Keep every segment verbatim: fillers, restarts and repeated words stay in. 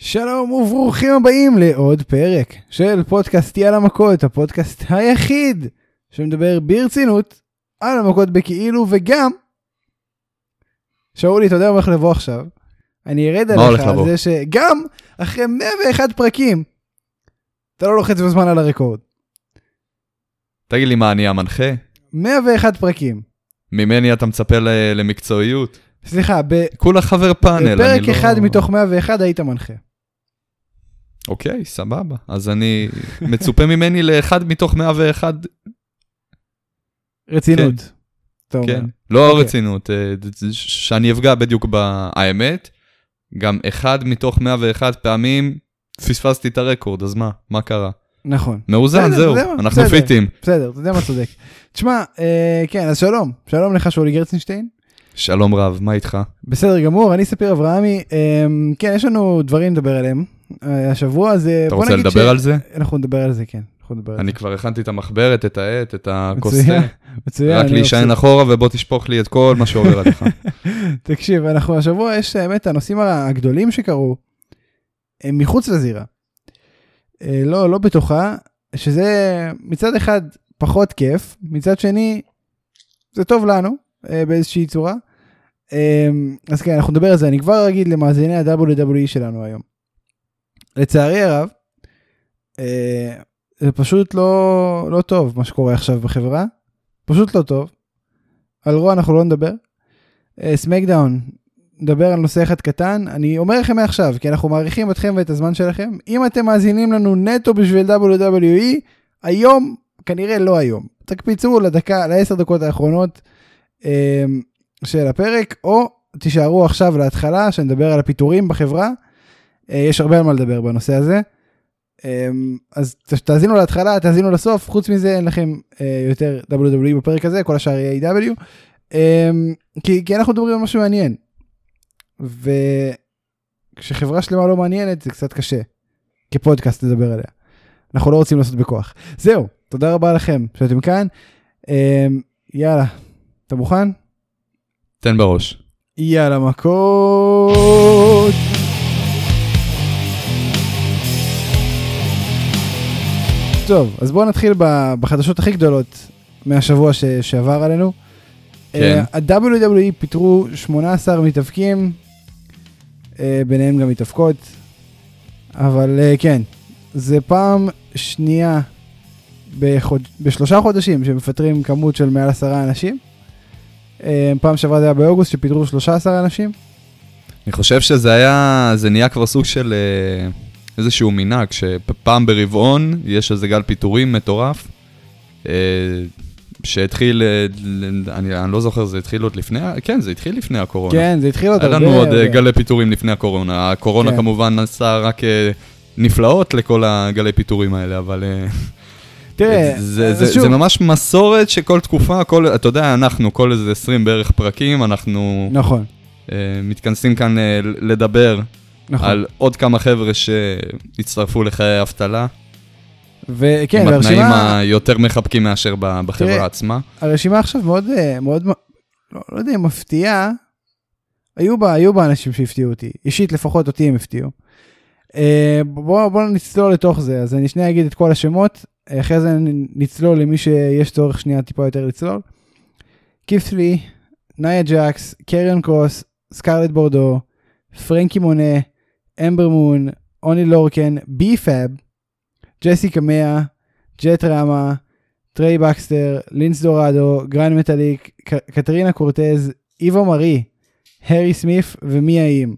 שלום וברוכים הבאים לעוד פרק של פודקאסט יאללה מכות, הפודקאסט היחיד שמדבר ברצינות על המכות בכאילו, וגם שאולי, אתה יודע מה הולך לבוא עכשיו? אני ארד עליך על זה שגם אחרי מאה ואחד פרקים אתה לא לוחץ בזמן על הרקורד. תגיד לי מה, אני המנחה? מאה ואחד פרקים. ממני אתה מצפה למקצועיות? סליחה, כולה חבר פאנל. בפרק אחד מתוך מאה ואחד היית מנחה. אוקיי, סבבה. אז אני מצופה ממני לאחד מתוך מאה ואחד. רצינות. כן, לא רצינות. שאני אפגע בדיוק באמת. גם אחד מתוך מאה ואחד פעמים פספסתי את הרקורד, אז מה? מה קרה? נכון. מאוזן, זהו. אנחנו פיטים. בסדר, אתה יודע מה צודק. תשמע, כן, אז שלום. שלום לך שאולי גרצנשטיין. שלום רב, מה איתך? בסדר גמור, אני ספיר אברהמי. כן, יש לנו דברים לדבר עליהם. השבוע הזה... אתה רוצה לדבר על זה? אנחנו נדבר על זה, כן. אני כבר הכנתי את המחברת, את העט, את הכוסה. רק להישען אחורה ובוא תשפוך לי את כל מה שעובר עליך. תקשיב, אנחנו השבוע, יש האמת, הנושאים הגדולים שקרו, הם מחוץ לזירה. לא, לא בתוכה, שזה מצד אחד פחות כיף, מצד שני, זה טוב לנו, באיזושהי צורה. אז כן, אנחנו נדבר על זה. אני כבר אגיד למאזיני ה-דאבליו דאבליו אי שלנו היום. לצערי הרב, זה פשוט לא, לא טוב מה שקורה עכשיו בחברה. פשוט לא טוב. על רוע אנחנו לא נדבר. סמקדאון, נדבר על נושא אחד קטן. אני אומר לכם מעכשיו, כי אנחנו מעריכים אתכם ואת הזמן שלכם. אם אתם מאזינים לנו נטו בשביל דאבליו דאבליו אי, היום, כנראה לא היום. תקפיצו לדקה, לעשר דקות האחרונות של הפרק, או תישארו עכשיו להתחלה, שנדבר על הפיתורים בחברה. יש הרבה על מה לדבר בנושא הזה. אז תאזינו להתחלה, תאזינו לסוף. חוץ מזה אין לכם יותר דאבליו דאבליו אי בפרק הזה, כל השאר יהיה איי דאבליו. כי, כי אנחנו מדברים על משהו מעניין. וכשחברה שלמה לא מעניינת, זה קצת קשה. כפודקאסט לדבר עליה. אנחנו לא רוצים לעשות בכוח. זהו, תודה רבה לכם שאתם כאן. יאללה, אתה מוכן? תן בראש. יאללה מכות. טוב, אז בואו נתחיל בחדשות הכי גדולות מהשבוע ש- שעבר עלינו. כן. ה-דאבליו דאבליו אי פיתרו שמונה עשר מתאבקים, ביניהם גם מתאבקות, אבל כן, זה פעם שנייה בחוד... בשלושה חודשים שמפטרים כמות של מעל עשרה אנשים. פעם שעברה זה היה באוגוסט שפיטרו שלושה עשר אנשים. אני חושב שזה היה, זה נהיה כבר סוג של איזשהו מנהג, שפעם ברבעון יש איזה גל פיטורים מטורף, שהתחיל, אני, אני לא זוכר, זה התחיל עוד לפני, כן, זה התחיל לפני הקורונה. כן, זה התחיל עוד הרבה. היה לנו עוד גלי פיטורים לפני הקורונה. הקורונה כמובן נעשה רק נפלאות לכל הגלי פיטורים האלה, אבל... תראה, זה, זה, זה ממש מסורת שכל תקופה, כל, אתה יודע, אנחנו, כל איזה עשרים בערך פרקים, אנחנו נכון. uh, מתכנסים כאן uh, לדבר נכון. על עוד כמה חבר'ה שהצטרפו לחיי אבטלה. וכן, עם התנאים היותר מחבקים מאשר בחברה תראה, עצמה. הרשימה עכשיו מאוד, מאוד, לא, לא יודע, מפתיעה. היו בה, היו בה אנשים שהפתיעו אותי. אישית לפחות אותי הם הפתיעו. בואו בוא נצלול לתוך זה. אז אני שנייה אגיד את כל השמות. אחרי זה נצלול למי שיש צורך שנייה טיפה יותר לצלול. קיפסלי, נאיה ג'קס, קריון קרוס, סקרלט בורדו, פרנקי מונה, אמבר מון, אוני לורקן, בי פאב, ג'סי קמאה, ג'ט רמה, טריי בקסטר, לינס דורדו, גרן מטליק, קטרינה קורטז, איבו מרי, הרי סמיף ומי האיים.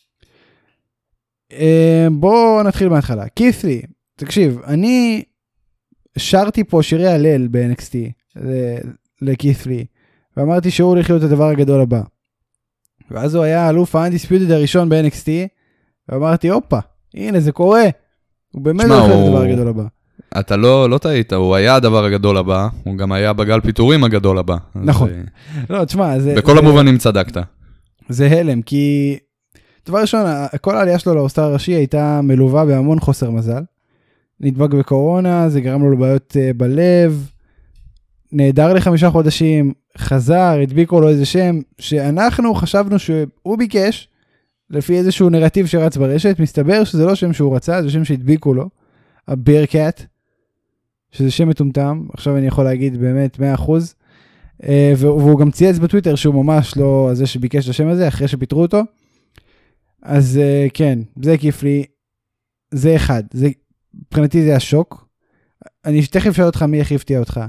בואו נתחיל מההתחלה. קיפסלי, תקשיב, אני שרתי פה שירי הלל ב-אן אקס טי לקיפסלי, ואמרתי שהוא הולך להיות הדבר הגדול הבא. ואז הוא היה אלוף האנדיספיוטד הראשון ב-אן אקס טי, ואמרתי, הופה, הנה זה קורה. הוא באמת הולך להיות הדבר הגדול הבא. אתה לא, לא טעית, הוא היה הדבר הגדול הבא, הוא גם היה בגל פיטורים הגדול הבא. נכון. לא, תשמע, זה... בכל המובנים צדקת. זה הלם, כי... דבר ראשון, כל העלייה שלו לאוסטר הראשי הייתה מלווה בהמון חוסר מזל. נדבק בקורונה, זה גרם לו לבעיות בלב, נהדר לחמישה חודשים, חזר, הדביקו לו איזה שם, שאנחנו חשבנו שהוא ביקש, לפי איזשהו נרטיב שרץ ברשת, מסתבר שזה לא שם שהוא רצה, זה שם שהדביקו לו, הבירקאט, שזה שם מטומטם, עכשיו אני יכול להגיד באמת מאה אחוז, והוא גם צייץ בטוויטר שהוא ממש לא זה שביקש את השם הזה, אחרי שפיטרו אותו, אז כן, זה כיף לי, זה אחד, זה, מבחינתי זה השוק, אני תכף שואל אותך מי הכי הפתיע אותך,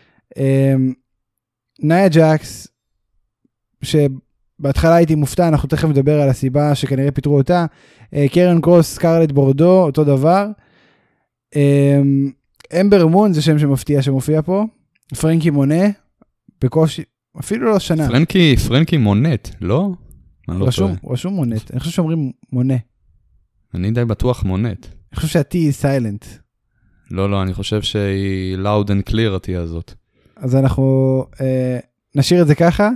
נאיה ג'קס, שבהתחלה הייתי מופתע, אנחנו תכף נדבר על הסיבה שכנראה פיטרו אותה, קרן קרוס, סקרלט בורדו, אותו דבר, אמבר מון, זה שם שמפתיע שמופיע פה, פרנקי מונה, בקושי, אפילו לא שנה. פרנקי, פרנקי מונט, לא? רשום, רשום מונט, אני חושב שאומרים מונה. אני די בטוח מונט. אני חושב שהתי היא סיילנט. לא, לא, אני חושב שהיא loud and clear התי הזאת. אז אנחנו אה, נשאיר את זה ככה.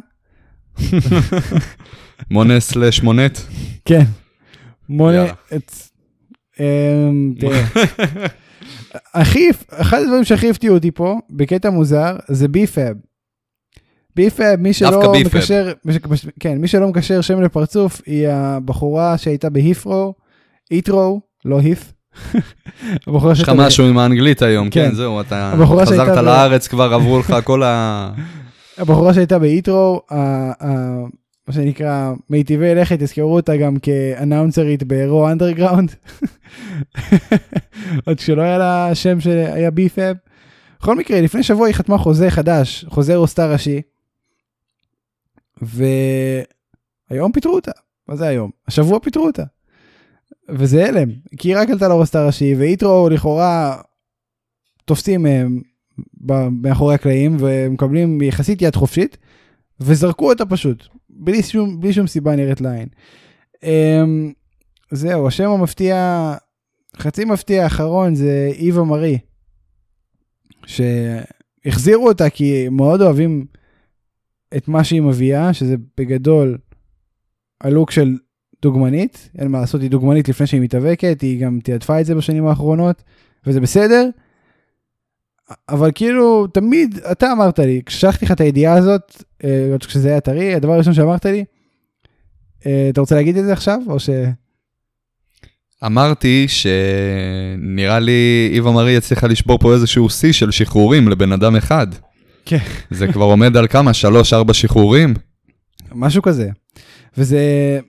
מונה סלש מונט? כן. מונה, את, אה, תראה. הכי, אחד הדברים שהכי הפתיעו אותי פה, בקטע מוזר, זה בי-פאב. בי-פאב, מי שלא מקשר, כן, מי שלא מקשר שם לפרצוף, היא הבחורה שהייתה בהיפרו, איטרו, לא היף. יש לך משהו עם האנגלית היום, כן, זהו, אתה חזרת לארץ, כבר עברו לך כל ה... הבחורה שהייתה באיטרו, מה שנקרא, מיטיבי לכת, תזכרו אותה גם כאנאונסרית באירו אנדרגראונד. עוד כשלא היה לה שם שהיה בי-פאב. בכל מקרה, לפני שבוע היא חתמה חוזה חדש, חוזה רוסטר ראשי, והיום פיטרו אותה. מה זה היום? השבוע פיטרו אותה. וזה אלם, כי היא רק עלתה לרוסטר ראשי, ואיטרו לכאורה תופסים מהם מאחורי הקלעים, ומקבלים יחסית יד חופשית, וזרקו אותה פשוט, בלי שום, בלי שום סיבה נראית לעין. זהו, השם המפתיע, חצי מפתיע האחרון זה איווה מרי, שהחזירו אותה כי מאוד אוהבים את מה שהיא מביאה, שזה בגדול הלוק של דוגמנית, אין מה לעשות, היא דוגמנית לפני שהיא מתאבקת, היא גם תעדפה את זה בשנים האחרונות, וזה בסדר, אבל כאילו תמיד, אתה אמרת לי, כששלחתי לך את הידיעה הזאת, כשזה היה טרי, הדבר הראשון שאמרת לי, אתה רוצה להגיד את זה עכשיו, או ש... אמרתי שנראה לי איווה מרי הצליחה לשבור פה איזשהו שיא של שחרורים לבן אדם אחד. כן. זה כבר עומד על כמה? שלוש, ארבע שחרורים? משהו כזה. וזה...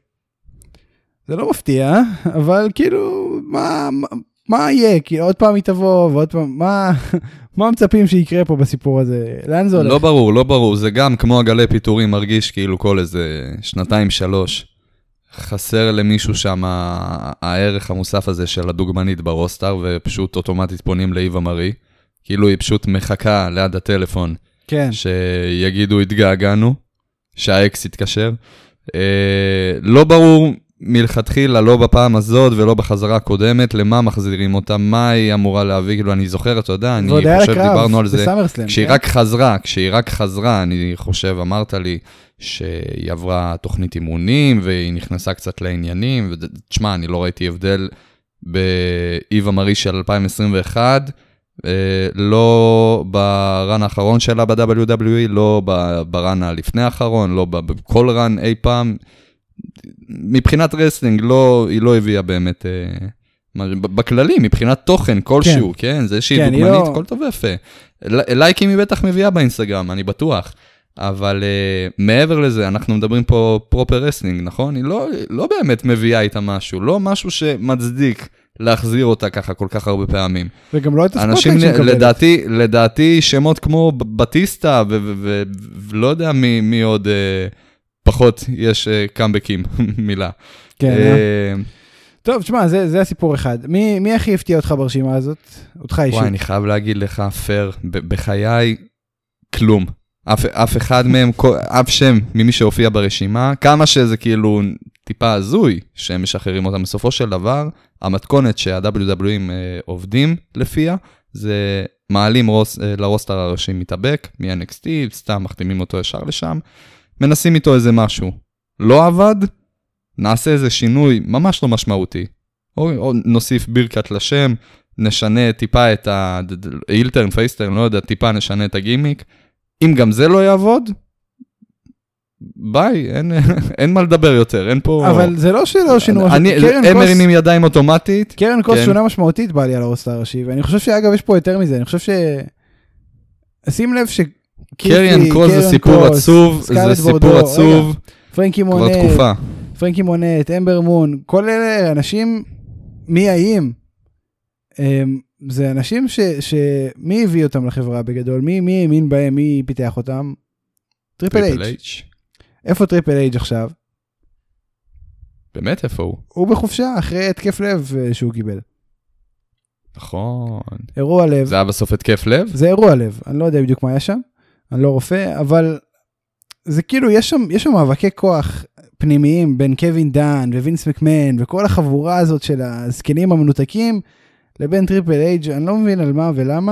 זה לא מפתיע, אבל כאילו, מה, מה, מה יהיה? כי עוד פעם היא תבוא, ועוד פעם, מה, מה מצפים שיקרה פה בסיפור הזה? לאן זה הולך? לא ברור, לא ברור. זה גם כמו הגלי פיטורים מרגיש כאילו כל איזה שנתיים, שלוש. חסר למישהו שם הערך המוסף הזה של הדוגמנית ברוסטר, ופשוט אוטומטית פונים לאיווה מרי. כאילו היא פשוט מחכה ליד הטלפון. כן. שיגידו התגעגענו, שהאקס יתקשר. אה, לא ברור מלכתחילה, לא בפעם הזאת ולא בחזרה הקודמת, למה מחזירים אותה, מה היא אמורה להביא, כאילו אני זוכר, אתה יודע, אני חושב, דיברנו על זה, כשהיא רק חזרה, כשהיא רק חזרה, אני חושב, אמרת לי, שהיא עברה תוכנית אימונים, והיא נכנסה קצת לעניינים, ותשמע, אני לא ראיתי הבדל באיווה מרי של אלפיים עשרים ואחת, לא ברן האחרון שלה ב-דאבליו דאבליו אי, לא ברן הלפני האחרון, לא בכל רן אי פעם, מבחינת רסלינג, לא, היא לא הביאה באמת, בכללי, מבחינת תוכן כלשהו, כן, כן? זה שהיא כן, דוגמנית, לא... כל טוב ויפה. לייקים היא בטח מביאה באינסטגרם, אני בטוח. אבל uh, מעבר לזה, אנחנו מדברים פה פרופר רסלינג, נכון? היא לא, לא באמת מביאה איתה משהו, לא משהו שמצדיק להחזיר אותה ככה כל כך הרבה פעמים. וגם לא את הספוטלייט שמקבלת. לדעתי, לדעתי שמות כמו בטיסטה, ולא יודע מי, מי עוד uh, פחות יש uh, קאמבקים, מילה. כן, uh, טוב, תשמע, זה, זה הסיפור אחד. מי, מי הכי הפתיע אותך ברשימה הזאת? אותך אישית. וואי, אני חייב להגיד לך, פר, בחיי, כלום. אף, אף אחד מהם, אף שם ממי שהופיע ברשימה, כמה שזה כאילו טיפה הזוי, שהם משחררים אותם בסופו של דבר, המתכונת שה-דאבליו דאבליו אי עובדים לפיה, זה מעלים רוס, לרוסטר הראשי מתאבק, מ-אן אקס טי, סתם מחתימים אותו ישר לשם, מנסים איתו איזה משהו. לא עבד, נעשה איזה שינוי ממש לא משמעותי. או, או נוסיף בירקת לשם, נשנה טיפה את ה-הילטרן, פייסטרן, לא יודע, טיפה נשנה את הגימיק, אם גם זה לא יעבוד, ביי, אין, אין מה לדבר יותר, אין פה... אבל זה לא שלא שינו... אני, הם מרימים ידיים אוטומטית. קרן קוס שונה משמעותית בא לי על הרוסטר הראשי, ואני חושב שאגב יש פה יותר מזה, אני חושב ש... שים לב ש... קרן קוס זה סיפור עצוב, זה סיפור עצוב, פרנקי מונט, פרנקי מונט, אמבר מון, כל אלה אנשים מי האיים, זה אנשים ש... מי הביא אותם לחברה בגדול, מי מי האמין בהם, מי פיתח אותם? טריפל אייץ'. איפה טריפל אייץ' עכשיו? באמת איפה הוא? הוא בחופשה אחרי התקף לב שהוא קיבל. נכון. אירוע לב. זה היה בסוף התקף לב? זה אירוע לב, אני לא יודע בדיוק מה היה שם, אני לא רופא, אבל זה כאילו, יש שם, יש שם מאבקי כוח פנימיים בין קווין דן ווינס מקמן וכל החבורה הזאת של הזקנים המנותקים, לבין טריפל אייץ', אני לא מבין על מה ולמה,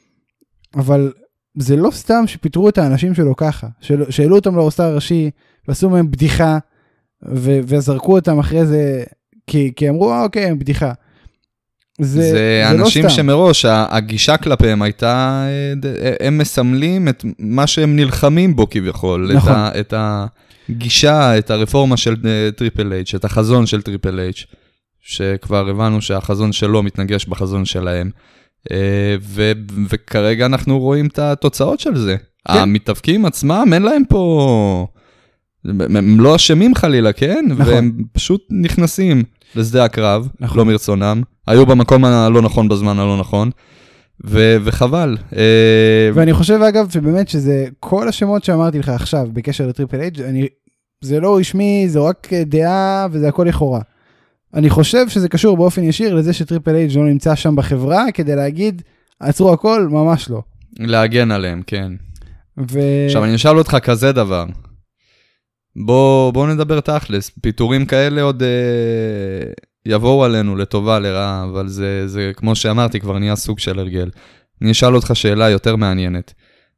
אבל זה לא סתם שפיתרו את האנשים שלו ככה, שאלו אותם לרוסטר הראשי, ועשו מהם בדיחה, ו- וזרקו אותם אחרי זה, כי, כי אמרו, אה, אוקיי, הם בדיחה. זה, זה, זה אנשים לא שמראש, הגישה כלפיהם הייתה, הם מסמלים את מה שהם נלחמים בו כביכול, נכון. את, ה, את הגישה, את הרפורמה של טריפל אייץ', את החזון של טריפל אייץ', שכבר הבנו שהחזון שלו מתנגש בחזון שלהם. ו- וכרגע אנחנו רואים את התוצאות של זה. כן. המתאבקים עצמם, אין להם פה... הם לא אשמים חלילה, כן? נכון. והם פשוט נכנסים לשדה הקרב, נכון. לא מרצונם. היו במקום הלא נכון בזמן הלא נכון. ו- וחבל. ואני חושב אגב, שבאמת שזה כל השמות שאמרתי לך עכשיו, בקשר לטריפל אייץ', אני... זה לא רשמי, זה רק דעה, וזה הכל לכאורה. אני חושב שזה קשור באופן ישיר לזה שטריפל אייץ' לא נמצא שם בחברה, כדי להגיד, עצרו הכל, ממש לא. להגן עליהם, כן. ו... עכשיו, אני אשאל אותך כזה דבר. בוא, בוא נדבר תכלס. פיתורים כאלה עוד אה, יבואו עלינו לטובה, לרעה, אבל זה, זה, כמו שאמרתי, כבר נהיה סוג של הרגל. אני אשאל אותך שאלה יותר מעניינת.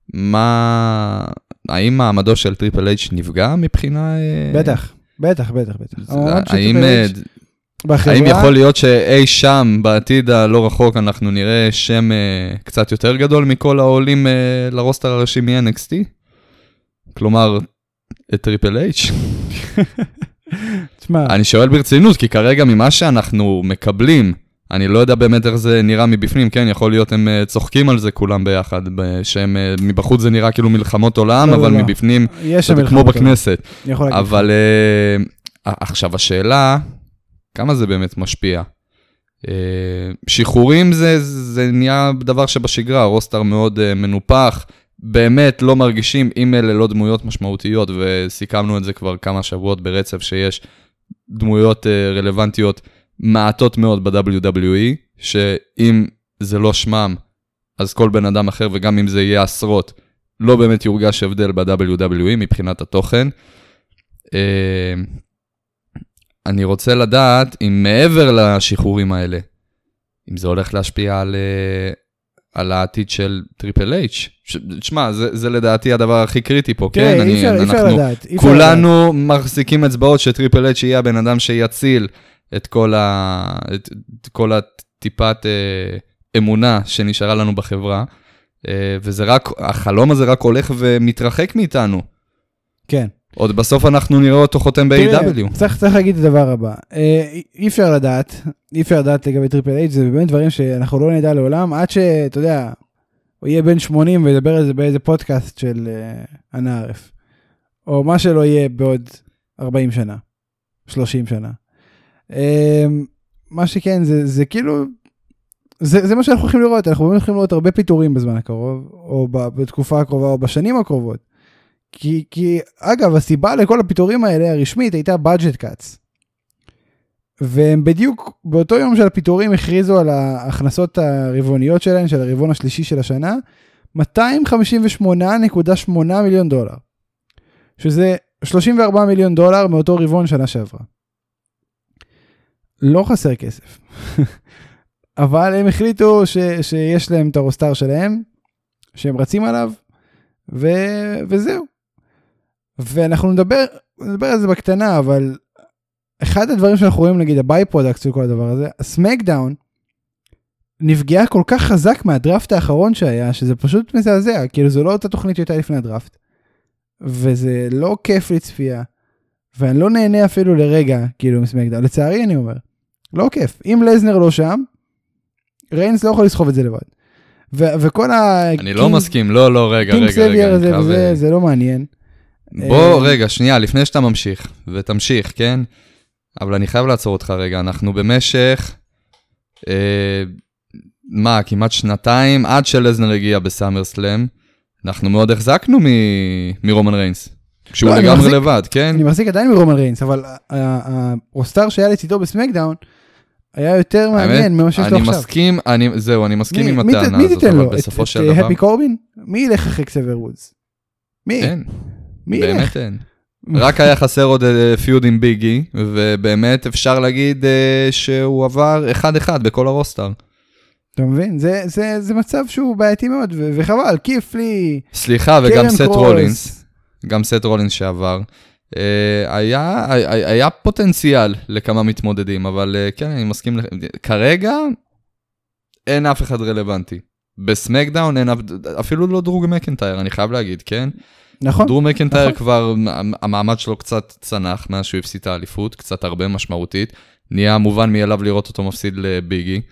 מה... האם מעמדו של טריפל אייץ' נפגע מבחינה... בטח, בטח, בטח, בטח. האם... בחברה... האם יכול להיות שאי שם, בעתיד הלא רחוק, אנחנו נראה שם uh, קצת יותר גדול מכל העולים uh, לרוסטר הראשי מ-אן אקס טי? כלומר, את טריפל אייץ'? תשמע... אני שואל ברצינות, כי כרגע ממה שאנחנו מקבלים, אני לא יודע באמת איך זה נראה מבפנים, כן, יכול להיות הם uh, צוחקים על זה כולם ביחד, שהם uh, מבחוץ זה נראה כאילו מלחמות עולם, לא, אבל לא. מבפנים זה כמו בכנסת. אבל uh, עכשיו השאלה... כמה זה באמת משפיע? שחרורים זה, זה נהיה דבר שבשגרה, רוסטר מאוד מנופח, באמת לא מרגישים אם אלה לא דמויות משמעותיות, וסיכמנו את זה כבר כמה שבועות ברצף, שיש דמויות רלוונטיות מעטות מאוד ב-דאבליו דאבליו אי, שאם זה לא שמם, אז כל בן אדם אחר, וגם אם זה יהיה עשרות, לא באמת יורגש הבדל ב-דאבליו דאבליו אי מבחינת התוכן. אני רוצה לדעת אם מעבר לשחרורים האלה, אם זה הולך להשפיע על, על העתיד של טריפל אייץ'. תשמע, זה, זה לדעתי הדבר הכי קריטי פה, כן? כן, אי אפשר, אפשר לדעת. כולנו לדעת. מחזיקים אצבעות שטריפל אייץ' יהיה הבן אדם שיציל את כל, ה, את, את כל הטיפת אה, אמונה שנשארה לנו בחברה, אה, וזה רק, החלום הזה רק הולך ומתרחק מאיתנו. כן. עוד בסוף אנחנו נראה אותו חותם ב-איי דאבליו. צריך, צריך להגיד את הדבר הבא. אי אפשר לדעת, אי אפשר לדעת לגבי טריפל אייץ', זה באמת דברים שאנחנו לא נדע לעולם, עד שאתה יודע, הוא יהיה בן שמונים וידבר על זה באיזה פודקאסט של אנה ערף. או מה שלא יהיה בעוד ארבעים שנה, שלושים שנה. מה שכן, זה, זה כאילו, זה, זה מה שאנחנו הולכים לראות, אנחנו הולכים לראות הרבה פיתורים בזמן הקרוב, או בתקופה הקרובה, או בשנים הקרובות. כי, כי, אגב, הסיבה לכל הפיתורים האלה הרשמית הייתה budget cuts. והם בדיוק באותו יום של הפיתורים הכריזו על ההכנסות הרבעוניות שלהם, של הרבעון השלישי של השנה, מאתיים חמישים ושמונה נקודה שמונה מיליון דולר. שזה שלושים וארבעה מיליון דולר מאותו רבעון שנה שעברה. לא חסר כסף. אבל הם החליטו ש, שיש להם את הרוסטר שלהם, שהם רצים עליו, ו, וזהו. ואנחנו נדבר, נדבר על זה בקטנה, אבל אחד הדברים שאנחנו רואים, נגיד, הביי פרודקט של כל הדבר הזה, הסמקדאון נפגעה כל כך חזק מהדראפט האחרון שהיה, שזה פשוט מזעזע, כאילו זו לא אותה תוכנית שהייתה לפני הדראפט, וזה לא כיף לצפייה, ואני לא נהנה אפילו לרגע, כאילו מסמקדאון, לצערי אני אומר, לא כיף, אם לזנר לא שם, ריינס לא יכול לסחוב את זה לבד, ו- וכל ה... אני לא מסכים, לא, לא, רגע, רגע, רגע, זה, וזה, זה לא מעניין. בוא, רגע, שנייה, לפני שאתה ממשיך, ותמשיך, כן? אבל אני חייב לעצור אותך רגע, אנחנו במשך, אה, מה, כמעט שנתיים, עד שלזנר הגיע בסאמר סלאם, אנחנו מאוד החזקנו מרומן ריינס, כשהוא לגמרי לבד, כן? אני מחזיק עדיין מרומן ריינס, אבל הרוסטר שהיה לצידו בסמקדאון, היה יותר מעניין ממה שיש לו עכשיו. אני מסכים, זהו, אני מסכים עם הטענה הזאת. מי תיתן לו? את הפי קורבין? מי ילך אחרי קסבר וודס? מי? אין, באמת אין. רק היה חסר עוד פיוד עם ביגי, ובאמת אפשר להגיד שהוא עבר אחד אחד בכל הרוסטר. אתה מבין? זה, זה, זה מצב שהוא בעייתי מאוד, ו- וחבל, כיף לי... סליחה, וגם סט רולינס, גם סט רולינס שעבר, אה, היה, היה, היה פוטנציאל לכמה מתמודדים, אבל אה, כן, אני מסכים, לכם, כרגע אין אף אחד רלוונטי. בסמקדאון אין, אפילו לא דרוג מקנטייר, אני חייב להגיד, כן? נכון. דרוג מקנטייר נכון. כבר, המעמד שלו קצת צנח, מאז שהוא הפסיד את האליפות, קצת הרבה משמעותית, נהיה מובן מאליו לראות אותו מפסיד לביגי,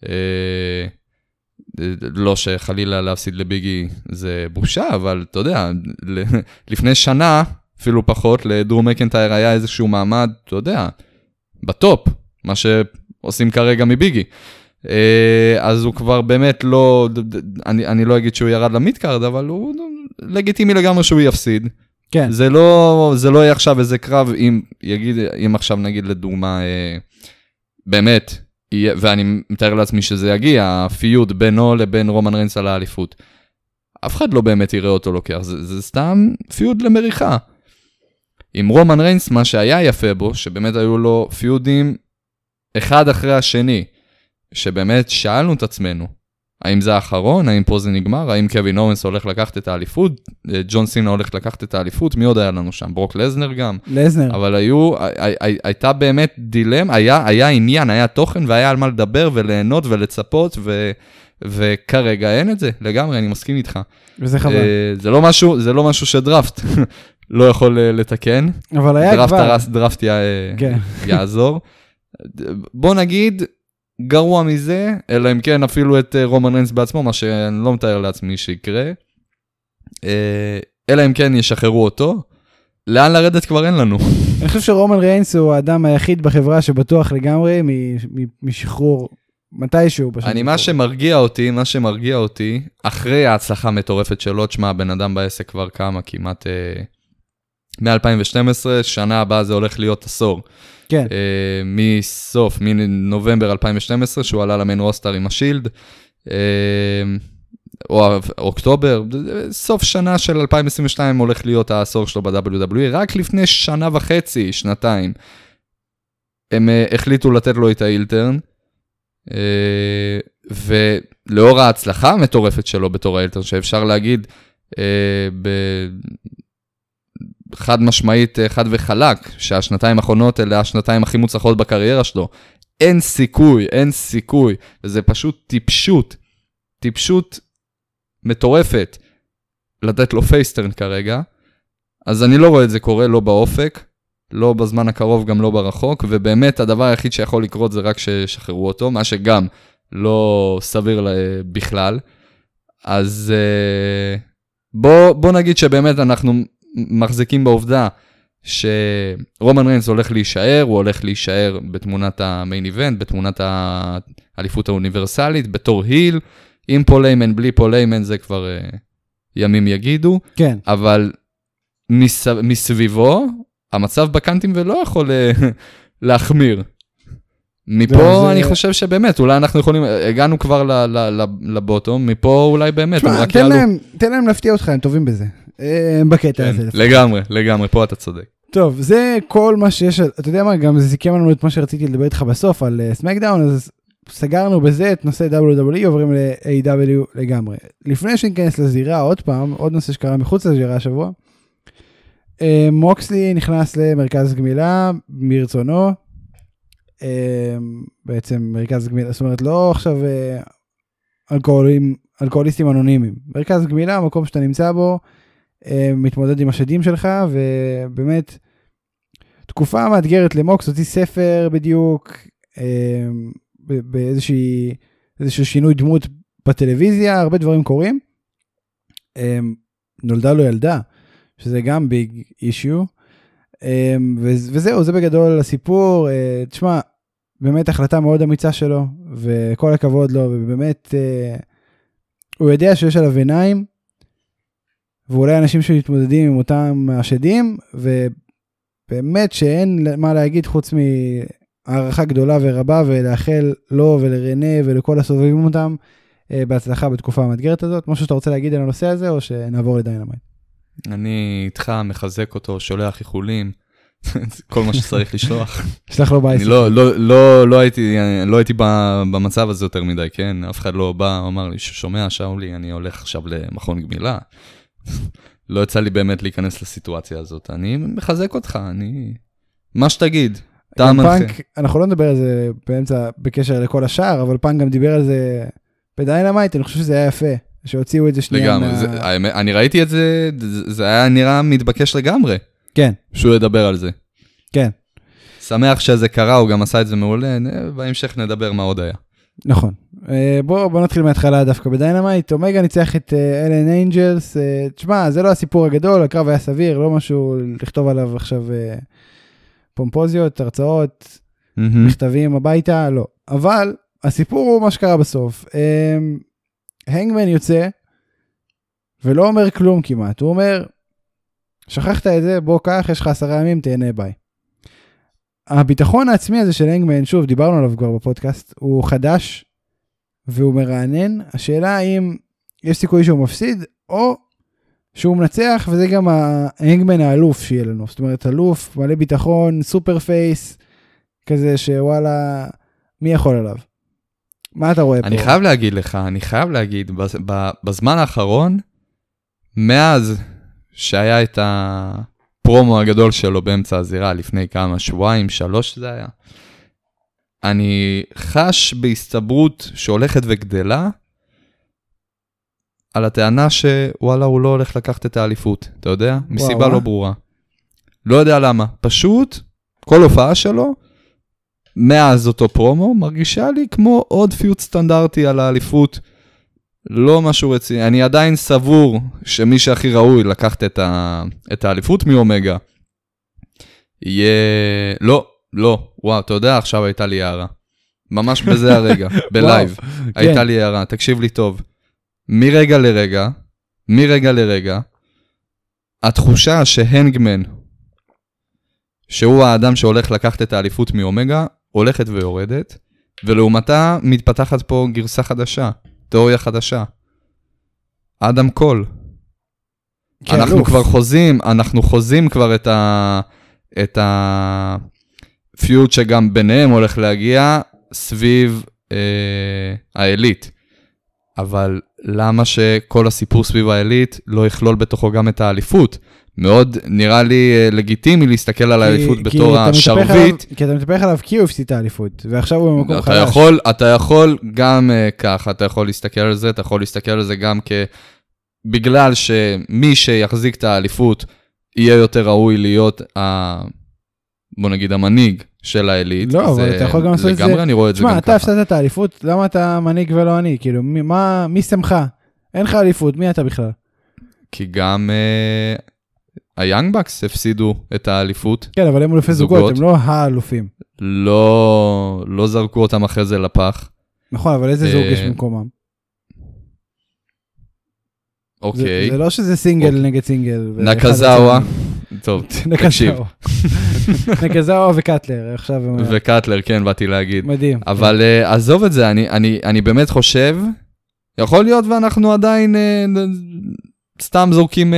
לא שחלילה להפסיד לביגי זה בושה, אבל אתה יודע, לפני שנה, אפילו פחות, לדרו מקנטייר היה איזשהו מעמד, אתה יודע, בטופ, מה שעושים כרגע מביגי. אז הוא כבר באמת לא, אני, אני לא אגיד שהוא ירד למידקארד, אבל הוא לגיטימי לגמרי שהוא יפסיד. כן. זה לא, זה לא יהיה עכשיו איזה קרב, אם, יגיד, אם עכשיו נגיד לדוגמה, באמת, ואני מתאר לעצמי שזה יגיע, הפיוד בינו לבין רומן ריינס על האליפות. אף אחד לא באמת יראה אותו לוקח, זה, זה סתם פיוד למריחה. עם רומן ריינס, מה שהיה יפה בו, שבאמת היו לו פיודים אחד אחרי השני, שבאמת שאלנו את עצמנו, האם זה האחרון, האם פה זה נגמר, האם קווין אורנס הולך לקחת את האליפות, ג'ון סינה הולך לקחת את האליפות, מי עוד היה לנו שם? ברוק לזנר גם. לזנר. אבל היו, הייתה באמת דילם, היה, היה עניין, היה תוכן, והיה על מה לדבר וליהנות ולצפות, ו, וכרגע אין את זה, לגמרי, אני מסכים איתך. וזה חבל. זה לא משהו, זה לא משהו שדרפט לא יכול לתקן. אבל היה דרפט כבר. הרס, דרפט כן. יעזור. בוא נגיד, גרוע מזה, אלא אם כן אפילו את רומן ריינס בעצמו, מה שאני לא מתאר לעצמי שיקרה, אלא אם כן ישחררו אותו, לאן לרדת כבר אין לנו. אני חושב שרומן ריינס הוא האדם היחיד בחברה שבטוח לגמרי משחרור מתישהו. אני מה שמרגיע אותי, מה שמרגיע אותי, אחרי ההצלחה המטורפת שלו, תשמע, בן אדם בעסק כבר כמה, כמעט מ-אלפיים ושתים עשרה, שנה הבאה זה הולך להיות עשור. כן. Uh, מסוף, מנובמבר אלפיים ושתים עשרה, שהוא עלה למיין רוסטר עם השילד, uh, או אוקטובר, סוף שנה של אלפיים עשרים ושתיים הולך להיות העשור שלו ב-דאבליו דאבליו אי, רק לפני שנה וחצי, שנתיים, הם uh, החליטו לתת לו את האילטרן, uh, ולאור ההצלחה המטורפת שלו בתור האילטרן, שאפשר להגיד, uh, ב... חד משמעית, חד וחלק, שהשנתיים האחרונות אלה השנתיים הכי מוצלחות בקריירה שלו. אין סיכוי, אין סיכוי, וזה פשוט טיפשות, טיפשות מטורפת, לתת לו פייסטרן כרגע, אז אני לא רואה את זה קורה, לא באופק, לא בזמן הקרוב, גם לא ברחוק, ובאמת הדבר היחיד שיכול לקרות זה רק ששחררו אותו, מה שגם לא סביר בכלל, אז בוא, בוא נגיד שבאמת אנחנו מחזיקים בעובדה שרומן ריינס הולך להישאר, הוא הולך להישאר בתמונת המיין איבנט, בתמונת האליפות האוניברסלית, בתור היל, עם פול היימן, בלי פול היימן, זה כבר uh, ימים יגידו, כן. אבל מס, מסביבו, המצב בקנטים ולא יכול uh, להחמיר. מפה זה... אני חושב שבאמת, אולי אנחנו יכולים, הגענו כבר ל, ל, ל, לבוטום, מפה אולי באמת, שמה, תן, יעלו... להם, תן להם להפתיע אותך, הם טובים בזה. בקטע כן, הזה. לגמרי, לגמרי, פה אתה צודק. טוב, זה כל מה שיש, אתה יודע מה, גם זה סיכם לנו את מה שרציתי לדבר איתך בסוף על סמקדאון, אז סגרנו בזה את נושא דאבליו דאבליו אי, עוברים ל-איי דאבליו לגמרי. לפני שניכנס לזירה, עוד פעם, עוד נושא שקרה מחוץ לזירה השבוע, מוקסלי נכנס למרכז גמילה מרצונו, בעצם מרכז גמילה, זאת אומרת לא עכשיו אלכוהולים, אלכוהוליסטים אנונימיים, מרכז גמילה, מקום שאתה נמצא בו, מתמודד עם השדים שלך, ובאמת, תקופה מאתגרת למוקס, הוציא ספר בדיוק, באיזשהו שינוי דמות בטלוויזיה, הרבה דברים קורים. נולדה לו ילדה, שזה גם ביג אישיו, וזהו, זה בגדול הסיפור. תשמע, באמת החלטה מאוד אמיצה שלו, וכל הכבוד לו, ובאמת, הוא יודע שיש עליו עיניים, ואולי אנשים שמתמודדים עם אותם השדים, ובאמת שאין מה להגיד חוץ מהערכה גדולה ורבה, ולאחל לו ולרנה ולכל הסובבים אותם, בהצלחה בתקופה המאתגרת הזאת. משהו שאתה רוצה להגיד על הנושא הזה, או שנעבור לדיינמייט? אני איתך מחזק אותו, שולח איחולים, כל מה שצריך לשלוח. שלח לו בייס. אני לא, לא, לא, לא הייתי, לא הייתי במצב הזה יותר מדי, כן? אף אחד לא בא, אמר לי, ששומע, שאולי, אני הולך עכשיו למכון גמילה. לא יצא לי באמת להיכנס לסיטואציה הזאת. אני מחזק אותך, אני... מה שתגיד, אתה מנחה. אנחנו לא נדבר על זה באמצע, בקשר לכל השאר, אבל פאנק גם דיבר על זה בדיינמייט, אני חושב שזה היה יפה, שהוציאו את זה שנייה. לגמרי, אני ראיתי את זה, זה היה נראה מתבקש לגמרי. כן. שהוא ידבר על זה. כן. שמח שזה קרה, הוא גם עשה את זה מעולה, בהמשך נדבר מה עוד היה. נכון. בוא, בוא נתחיל מההתחלה דווקא בדיינמייט. אומגה ניצח את אלן אנג'לס. תשמע, זה לא הסיפור הגדול, הקרב היה סביר, לא משהו לכתוב עליו עכשיו פומפוזיות, הרצאות, מכתבים הביתה, לא. אבל הסיפור הוא מה שקרה בסוף. הנגמן יוצא, ולא אומר כלום כמעט. הוא אומר, שכחת את זה, בוא קח, יש לך עשרה ימים, תהנה, ביי. הביטחון העצמי הזה של הנגמן, שוב, דיברנו עליו כבר בפודקאסט, הוא חדש, והוא מרענן. השאלה האם יש סיכוי שהוא מפסיד, או שהוא מנצח, וזה גם ההנגמן האלוף שיהיה לנו. זאת אומרת, אלוף, מלא ביטחון, סופר פייס, כזה שוואלה, מי יכול עליו? מה אתה רואה פה? אני חייב להגיד לך, אני חייב להגיד, בזמן האחרון, מאז שהיה את הפרומו הגדול שלו באמצע הזירה, לפני כמה שבועיים, שלוש זה היה, אני חש בהסתברות שהולכת וגדלה, על הטענה שוואלה הוא לא הולך לקחת את האליפות, אתה יודע? מסיבה וואו. לא ברורה. לא יודע למה. פשוט, כל הופעה שלו, מאז אותו פרומו, מרגישה לי כמו עוד פיוט סטנדרטי על האליפות, לא משהו רציני. אני עדיין סבור שמי שהכי ראוי לקחת את, ה... את האליפות מאומגה, יהיה... לא, לא. וואו, אתה יודע, עכשיו הייתה לי הערה. ממש בזה הרגע, בלייב. הייתה לי הערה, תקשיב לי טוב. מרגע לרגע, מרגע לרגע, התחושה שהנגמן, שהוא האדם שהולך לקחת את האליפות מאומגה, הולכת ויורדת, ולעומתה מתפתחת פה גרסה חדשה, תיאוריה חדשה. אדם קול. אנחנו כבר חוזים, אנחנו חוזים כבר את ה... את הפיוט שגם ביניהם הולך להגיע סביב אה, האליט. אבל למה שכל הסיפור סביב האליט לא יכלול בתוכו גם את האליפות? מאוד נראה לי לגיטימי להסתכל על האליפות בתור השרבית. כי אתה מתפך עליו כי הוא הפסיד את האליפות, ועכשיו הוא במקום חדש. יכול, אתה יכול גם ככה, אתה יכול להסתכל על זה, אתה יכול להסתכל על זה גם כ... בגלל שמי שיחזיק את האליפות יהיה יותר ראוי להיות, ה... בוא נגיד, המנהיג של האליט. לא, אבל אתה יכול גם לעשות את זה. לגמרי אני רואה את זה גם ככה. תשמע, אתה הפסדת את האליפות, למה אתה מנהיג ולא אני? כאילו, מה, מי שמחה? אין לך אליפות, מי אתה בכלל? כי גם היאנג בקס הפסידו את האליפות. כן, אבל הם אלופי זוגות, הם לא האלופים. לא, לא זרקו אותם אחרי זה לפח. נכון, אבל איזה זוג יש במקומם? אוקיי. זה לא שזה סינגל נגד סינגל. נקזאווה. טוב, תקשיב. נקזאווה וקטלר, עכשיו. וקטלר, כן, באתי להגיד. מדהים. אבל עזוב את זה, אני, אני, אני באמת חושב, יכול להיות ואנחנו עדיין סתם זורקים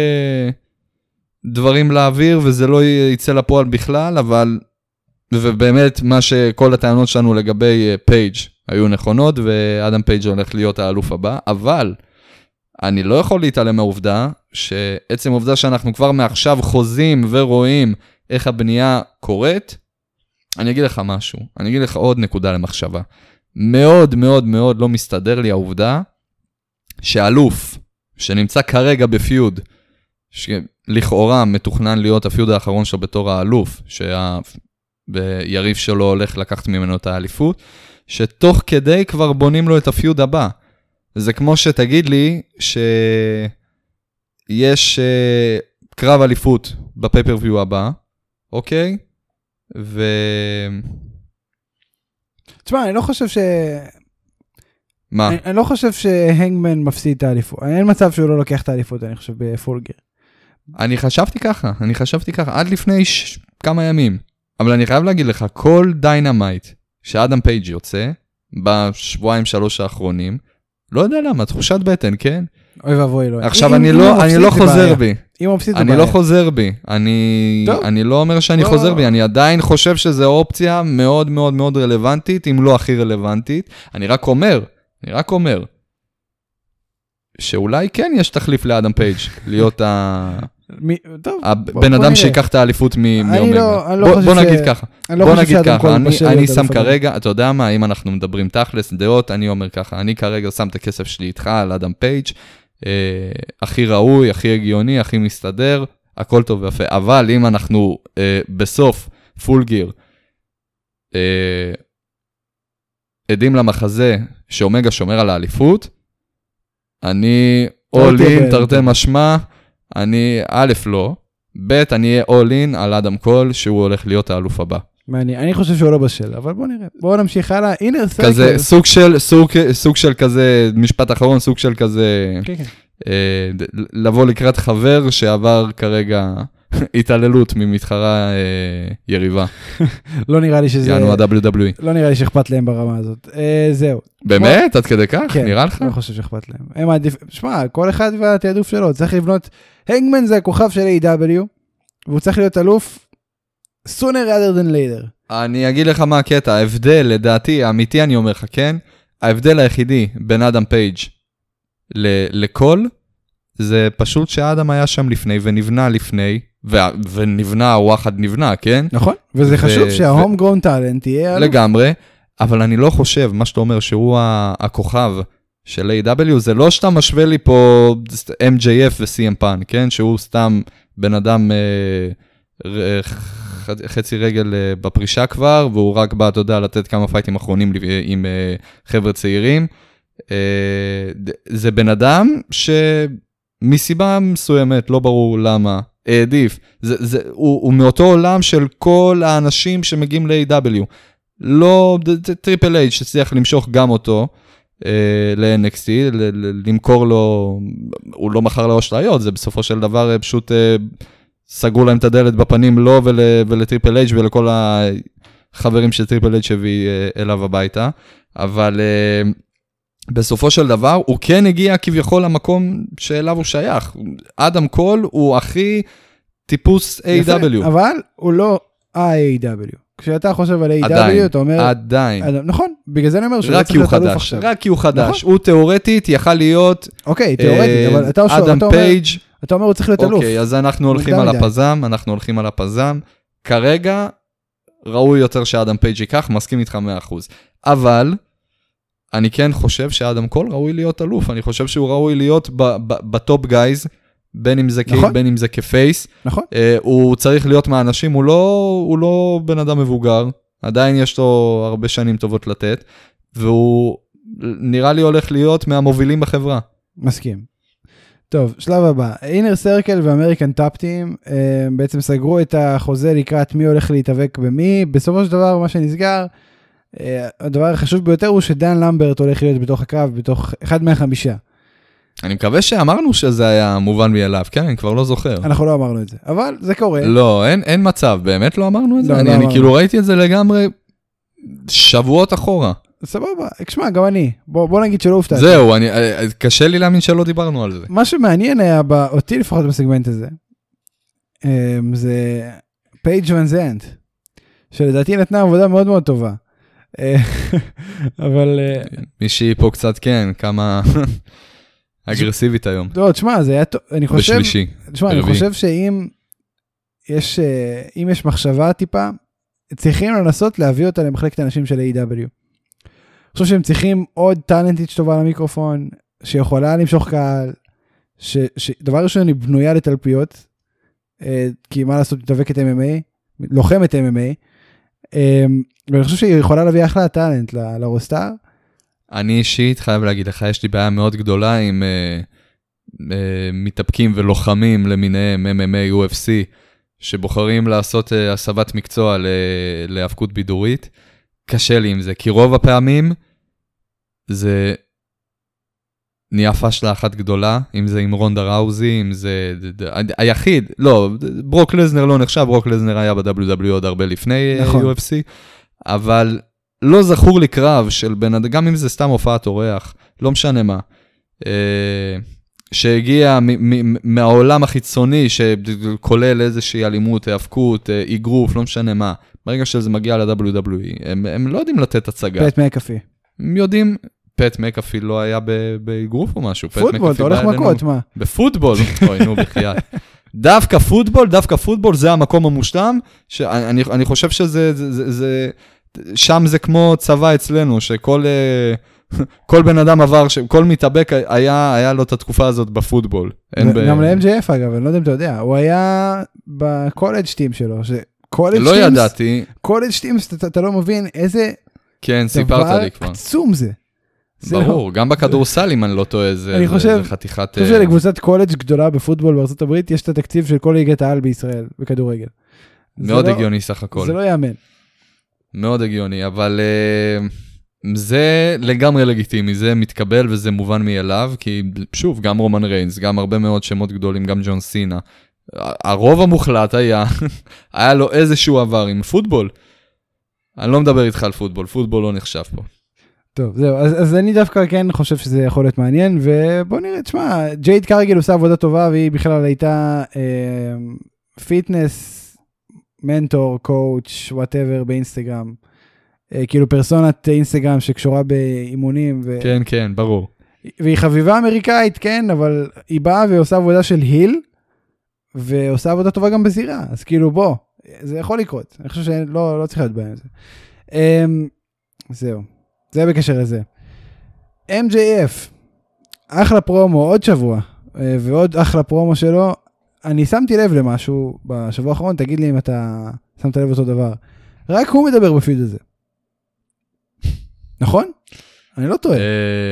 דברים לאוויר, וזה לא יצא לפועל בכלל, אבל, ובאמת מה שכל הטענות שלנו לגבי פייג' היו נכונות, ואדם פייג' הולך להיות האלוף הבא, אבל אני לא יכול להתעלם מהעובדה, שעצם העובדה שאנחנו כבר מעכשיו חוזים ורואים איך הבנייה קורית, אני אגיד לך משהו, אני אגיד לך עוד נקודה למחשבה. מאוד מאוד מאוד לא מסתדר לי העובדה, שאלוף שנמצא כרגע בפיוד שלכאורה מתוכנן להיות הפיוד האחרון שלו בתור האלוף, שהיריב שלו הולך לקחת ממנו את האליפות, שתוך כדי כבר בונים לו את הפיוד הבא. זה כמו שתגיד לי שיש קרב אליפות בפייפריוויו הבא, אוקיי? ו... תשמע, אני לא חושב ש... מה? אני, אני לא חושב שהנגמן מפסיד את האליפות. אין מצב שהוא לא לוקח את האליפות, אני חושב, בפולגר. אני חשבתי ככה, אני חשבתי ככה, עד לפני ש... כמה ימים. אבל אני חייב להגיד לך, כל דיינמייט שאדם פייג' יוצא, בשבועיים שלוש האחרונים, לא יודע למה, תחושת בטן, כן? אוי ואבוי, לא. עכשיו, אני לא, אני לא חוזר בי. אם הוא מפסיד, אני לא חוזר בי. אני, אני לא אומר שאני חוזר בי, אני עדיין חושב שזו אופציה מאוד מאוד מאוד רלוונטית, אם לא הכי רלוונטית. אני רק אומר, אני רק אומר, שאולי כן יש תחליף לאדם פייג' להיות הבן אדם שיקח את האליפות מאומגה. בוא נגיד ככה, בוא נגיד ככה, אני שם כרגע, אתה יודע מה, אם אנחנו מדברים תכלס, דעות, אני אומר ככה, אני כרגע שם את הכסף שלי איתך על אדם פייג', הכי ראוי, הכי הגיוני, הכי מסתדר, הכל טוב ויפה, אבל אם אנחנו בסוף פול גיר, עדים למחזה שאומגה שומר על האליפות, אני all in, תרתי משמע, אני א' לא, ב' אני אהיה all in על אדם קול, שהוא הולך להיות האלוף הבא. מעניין, אני חושב שהוא לא בשל, אבל בוא נראה, בואו נמשיך הלאה, אינר סרקל. כזה, סוג של, סוג, סוג של כזה, משפט אחרון, סוג של כזה, כן, כן. אה, לבוא לקראת חבר שעבר כרגע התעללות ממתחרה אה, יריבה. לא נראה לי שזה... יענו ה-דאבליו דאבליו אי. לא נראה לי שאכפת להם ברמה הזאת. אה, זהו. באמת? עד כדי כך? כן, נראה לך? לא חושב שאכפת להם. הם עדיף... שמע, כל אחד והתעדוף שלו, צריך לבנות... הנגמן זה הכוכב של איי דאבליו, והוא צריך להיות אלוף sooner rather than later. אני אגיד לך מה הקטע, ההבדל, לדעתי, האמיתי אני אומר לך, כן? ההבדל היחידי בין אדם פייג' לקול, זה פשוט שאדם היה שם לפני ונבנה לפני, ונבנה, וואחד נבנה, כן? נכון, וזה חשוב שההום גרון טלנט יהיה... לגמרי, אבל אני לא חושב, מה שאתה אומר, שהוא הכוכב של איי דאבליו, זה לא שאתה משווה לי פה אם ג'יי אף ו-סי אם פאנק, כן? שהוא סתם בן אדם חצי רגל בפרישה כבר, והוא רק בא, אתה יודע, לתת כמה פייטים אחרונים עם חבר'ה צעירים. זה בן אדם שמסיבה מסוימת, לא ברור למה, העדיף. זה, זה, הוא, הוא מאותו עולם של כל האנשים שמגיעים ל-איי דאבליו. לא, טריפל אייץ' שצריך למשוך גם אותו ל-אן אקס טי, למכור לו, הוא לא מכר לו אשליות, זה בסופו של דבר פשוט סגרו להם את הדלת בפנים לו ולטריפל אייץ' ולכל החברים של טריפל אייץ' הביא אליו הביתה, אבל בסופו של דבר הוא כן הגיע כביכול למקום שאליו הוא שייך. אדם קול הוא הכי טיפוס איי דאבליו. אבל הוא לא ה-איי דאבליו. כשאתה חושב על איי דאבליו, אתה אומר... עדיין. נכון, בגלל זה אני אומר שהוא צריך להיות אלוף עכשיו. רק כי הוא חדש. הוא תיאורטית יכל להיות... אוקיי, תיאורטית, אבל אתה אומר... אדם פייג' אתה אומר הוא צריך להיות אלוף. אוקיי, אז אנחנו הולכים על הפזם, אנחנו הולכים על הפזם. כרגע, ראוי יותר שאדם פייג' ייקח, מסכים איתך מאה אחוז. אבל... אני כן חושב שאדם קול ראוי להיות אלוף, אני חושב שהוא ראוי להיות בטופ גייז, בין אם זה קייט, בין אם זה כפייס. נכון. הוא צריך להיות מהאנשים, הוא לא בן אדם מבוגר, עדיין יש לו הרבה שנים טובות לתת, והוא נראה לי הולך להיות מהמובילים בחברה. מסכים. טוב, שלב הבא, אינר סרקל ואמריקן טאפטים, בעצם סגרו את החוזה לקראת מי הולך להתאבק במי, בסופו של דבר מה שנסגר, הדבר החשוב ביותר הוא שדן למברט הולך להיות בתוך הקרב, בתוך אחד מהחמישה. אני מקווה שאמרנו שזה היה מובן מאליו, כן? אני כבר לא זוכר. אנחנו לא אמרנו את זה, אבל זה קורה. לא, אין, אין מצב, באמת לא אמרנו את זה? לא, אני, לא אני כאילו ראיתי את זה לגמרי שבועות אחורה. סבבה, תשמע, גם אני. בוא, בוא נגיד שלא הופתעתי. זהו, אני, קשה לי להאמין שלא דיברנו על זה. מה שמעניין היה אותי לפחות בסגמנט הזה, זה פייג' ון זנט, שלדעתי נתנה עבודה מאוד מאוד טובה. אבל... מישהי פה קצת כן, כמה אגרסיבית היום. לא, תשמע, זה היה טוב, אני חושב... בשלישי. תשמע, אני חושב שאם יש, אם יש מחשבה טיפה, צריכים לנסות להביא אותה למחלקת האנשים של איי דאבליו. אני חושב שהם צריכים עוד טלנטית שטובה למיקרופון, שיכולה למשוך קהל, שדבר ראשון היא בנויה לתלפיות, כי מה לעשות, מתאבקת אם אם איי, לוחמת אם אם איי, ואני חושב שהיא יכולה להביא אחלה טלנט לרוסטאר. אני אישית חייב להגיד לך, יש לי בעיה מאוד גדולה עם מתאבקים ולוחמים למיניהם, אם אם איי, יו אף סי, שבוחרים לעשות הסבת מקצוע להאבקות בידורית. קשה לי עם זה, כי רוב הפעמים זה נהיה פשלה אחת גדולה, אם זה עם רונדה ראוזי, אם זה היחיד, לא, ברוק לזנר לא נחשב, ברוק לזנר היה ב-דאבליו דאבליו אי עוד הרבה לפני נכון. יו אף סי, אבל לא זכור לי קרב של בן אדם, גם אם זה סתם הופעת אורח, לא משנה מה, שהגיע מהעולם החיצוני, שכולל איזושהי אלימות, האבקות, איגרוף, לא משנה מה, ברגע שזה מגיע ל-דאבליו דאבליו אי, הם, הם לא יודעים לתת הצגה. פט מקאפי. הם יודעים, פט מקאפי לא היה באיגרוף או משהו. פוטבול, אתה הולך מכות, מה? בפוטבול, אוי, נו, בחייאת. דווקא פוטבול, דווקא פוטבול, זה המקום המושלם, שאני אני חושב שזה, זה, זה, שם זה כמו צבא אצלנו, שכל כל בן אדם עבר, כל מתאבק היה, היה לו את התקופה הזאת בפוטבול. גם ל-אם ג'יי אף אגב, אני לא יודע אם אתה יודע, הוא היה בקולג' טים שלו, ש... לא ידעתי. קולג' טים, אתה לא מבין איזה כן, סיפרת לי כבר. דבר עצום זה. ברור, גם בכדורסל, אם אני לא טועה, זה חתיכת... אני חושב שלקבוצת קולג' גדולה בפוטבול בארצות הברית, יש את התקציב של כל ליגת העל בישראל, בכדורגל. מאוד הגיוני סך הכל. זה לא יאמן. מאוד הגיוני, אבל זה לגמרי לגיטימי, זה מתקבל וזה מובן מאליו, כי שוב, גם רומן ריינס, גם הרבה מאוד שמות גדולים, גם ג'ון סינה, הרוב המוחלט היה, היה לו איזשהו עבר עם פוטבול. אני לא מדבר איתך על פוטבול, פוטבול לא נחשב פה. טוב, זהו, אז, אז אני דווקא כן חושב שזה יכול להיות מעניין, ובוא נראה, תשמע, ג'ייד קרגיל עושה עבודה טובה, והיא בכלל הייתה אה, פיטנס, מנטור, קואוץ', whatever באינסטגרם, אה, כאילו פרסונת אינסטגרם שקשורה באימונים. ו... כן, כן, ברור. והיא חביבה אמריקאית, כן, אבל היא באה ועושה עבודה של היל, ועושה עבודה טובה גם בזירה, אז כאילו בוא, זה יכול לקרות, אני חושב שלא לא צריך להיות בעיה עם זה. Um, זהו, זה בקשר לזה. אם ג'יי אף, אחלה פרומו, עוד שבוע, ועוד אחלה פרומו שלו, אני שמתי לב למשהו בשבוע האחרון, תגיד לי אם אתה שמת לב אותו דבר, רק הוא מדבר בפיד הזה. נכון? אני לא טועה.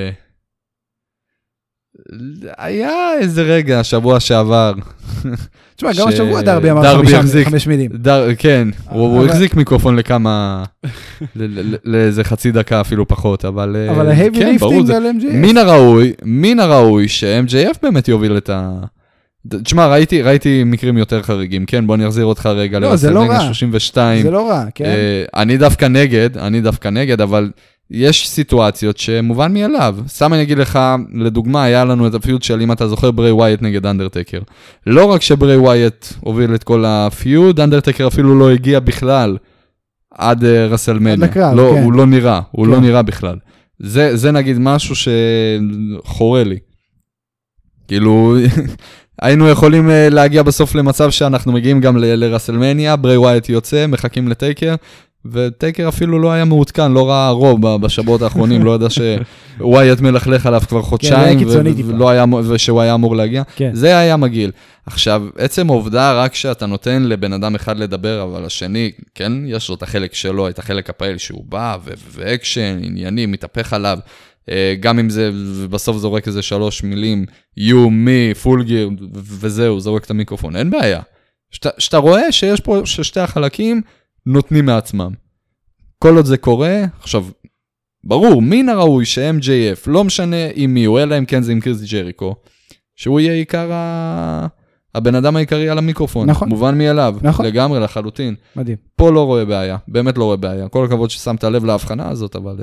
היה איזה רגע, שבוע שעבר. תשמע, גם השבוע דרבי אמר חמש מילים. כן, הוא החזיק מיקרופון לכמה, לאיזה חצי דקה אפילו פחות, אבל כן, ברור זה. מן הראוי, מן הראוי ש-אם ג'יי אף באמת יוביל את ה... תשמע, ראיתי מקרים יותר חריגים, כן, בוא נחזיר אותך רגע. לא, זה לא רע. שלושים ושתיים. זה לא רע, כן. אני דווקא נגד, אני דווקא נגד, אבל... יש סיטואציות שמובן מאליו. סתם אני אגיד לך, לדוגמה, היה לנו את הפיוט של, אם אתה זוכר, ברי ווייט נגד אנדרטקר. לא רק שברי ווייט הוביל את כל הפיוט, אנדרטקר אפילו לא הגיע בכלל עד רסלמניה. עד לקרב, לא, כן. הוא לא נראה, הוא כן. לא נראה בכלל. זה, זה נגיד משהו שחורה לי. כאילו, היינו יכולים להגיע בסוף למצב שאנחנו מגיעים גם לרסלמניה, ברי ווייט יוצא, מחכים לטייקר, וטייקר אפילו לא היה מעודכן, לא ראה רוב בשבועות האחרונים, לא ידע שווייט מלכלך עליו כבר חודשיים, ושהוא היה אמור להגיע. זה היה מגעיל. עכשיו, עצם העובדה רק שאתה נותן לבן אדם אחד לדבר, אבל השני, כן, יש לו את החלק שלו, את החלק הפעיל שהוא בא, ואקשן, עניינים, מתהפך עליו, גם אם זה בסוף זורק איזה שלוש מילים, you, me, full gear, וזהו, זורק את המיקרופון, אין בעיה. שאתה רואה שיש פה ששתי החלקים, נותנים מעצמם. כל עוד זה קורה, עכשיו, ברור, מן הראוי ש-אם ג'יי אף, לא משנה עם מי הוא, אלא אם כן זה עם קריס ג'ריקו, שהוא יהיה עיקר ה... הבן אדם העיקרי על המיקרופון. נכון. מובן מאליו. נכון. לגמרי, לחלוטין. מדהים. פה לא רואה בעיה, באמת לא רואה בעיה. כל הכבוד ששמת לב להבחנה הזאת, אבל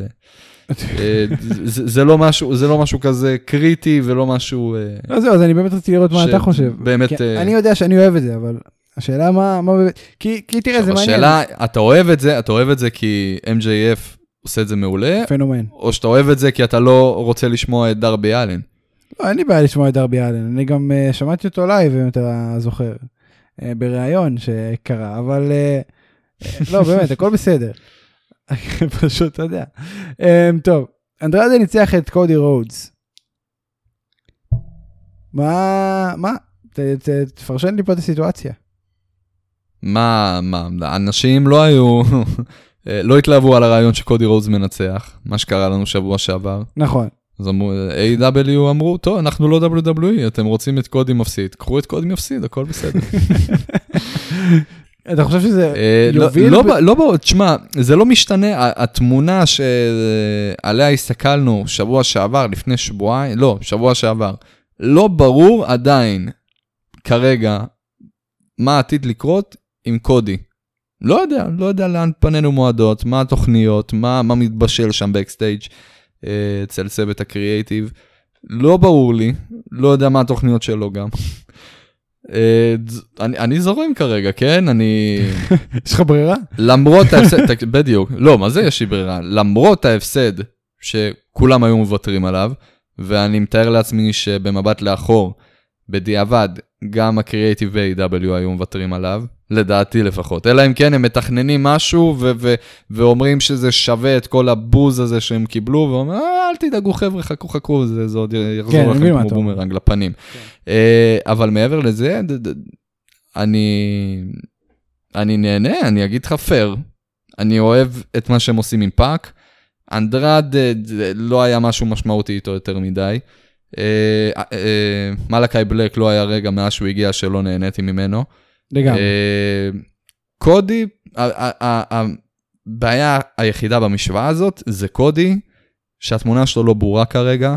זה, זה לא משהו, זה לא משהו כזה קריטי, ולא משהו... לא זהו, אז אני באמת רציתי לראות מה אתה חושב. באמת... אני יודע שאני אוהב את זה, אבל... השאלה מה, מה באמת, כי, כי תראה, זה מעניין. השאלה, אתה אוהב את זה, אתה אוהב את זה כי אם ג'יי אף עושה את זה מעולה, פנומן. או שאתה אוהב את זה כי אתה לא רוצה לשמוע את דרבי אלן. לא, אין לי בעיה לשמוע את דרבי אלן, אני גם uh, שמעתי אותו לייב, אם אתה זוכר, uh, בראיון שקרה, אבל uh, לא, באמת, הכל בסדר. פשוט, אתה יודע. Um, טוב, אנדרדה ניצח את קודי רודס. מה, מה? ת, ת, תפרשן לי פה את הסיטואציה. מה, מה, אנשים לא היו, לא התלהבו על הרעיון שקודי רודס מנצח, מה שקרה לנו שבוע שעבר. נכון. אז אמרו, איי דאבליו אמרו, טוב, אנחנו לא דאבליו דאבליו אי, אתם רוצים את קודי מפסיד, קחו את קודי מפסיד, הכל בסדר. אתה חושב שזה יוביל? לא, לא, תשמע, זה לא משתנה, התמונה שעליה הסתכלנו שבוע שעבר, לפני שבועיים, לא, שבוע שעבר, לא ברור עדיין, כרגע, מה עתיד לקרות עם קודי. לא יודע, לא יודע לאן פנינו מועדות, מה התוכניות, מה, מה מתבשל שם בקסטייג' אצל צוות הקריאייטיב. לא ברור לי, לא יודע מה התוכניות שלו גם. אני, אני זורם כרגע, כן? אני... יש לך ברירה? למרות ההפסד, בדיוק, לא, מה זה יש לי ברירה? למרות ההפסד שכולם היו מוותרים עליו, ואני מתאר לעצמי שבמבט לאחור, בדיעבד, גם הקריאייטיב ב-איי דאבליו היו מוותרים עליו, לדעתי לפחות. אלא אם כן הם מתכננים משהו ו- ו- ואומרים שזה שווה את כל הבוז הזה שהם קיבלו, ואומרים, אל תדאגו חבר'ה, חכו חכו, זה, זה עוד יחזור כן, לכם כמו בומרנג לפנים. כן. Uh, אבל מעבר לזה, ד- ד- אני, אני נהנה, אני אגיד לך פייר, אני אוהב את מה שהם עושים עם פאק, אנדרד לא היה משהו משמעותי איתו יותר מדי, מלאקי בלק לא היה רגע מאז שהוא הגיע שלא נהניתי ממנו. לגמרי. קודי, הבעיה היחידה במשוואה הזאת זה קודי, שהתמונה שלו לא ברורה כרגע.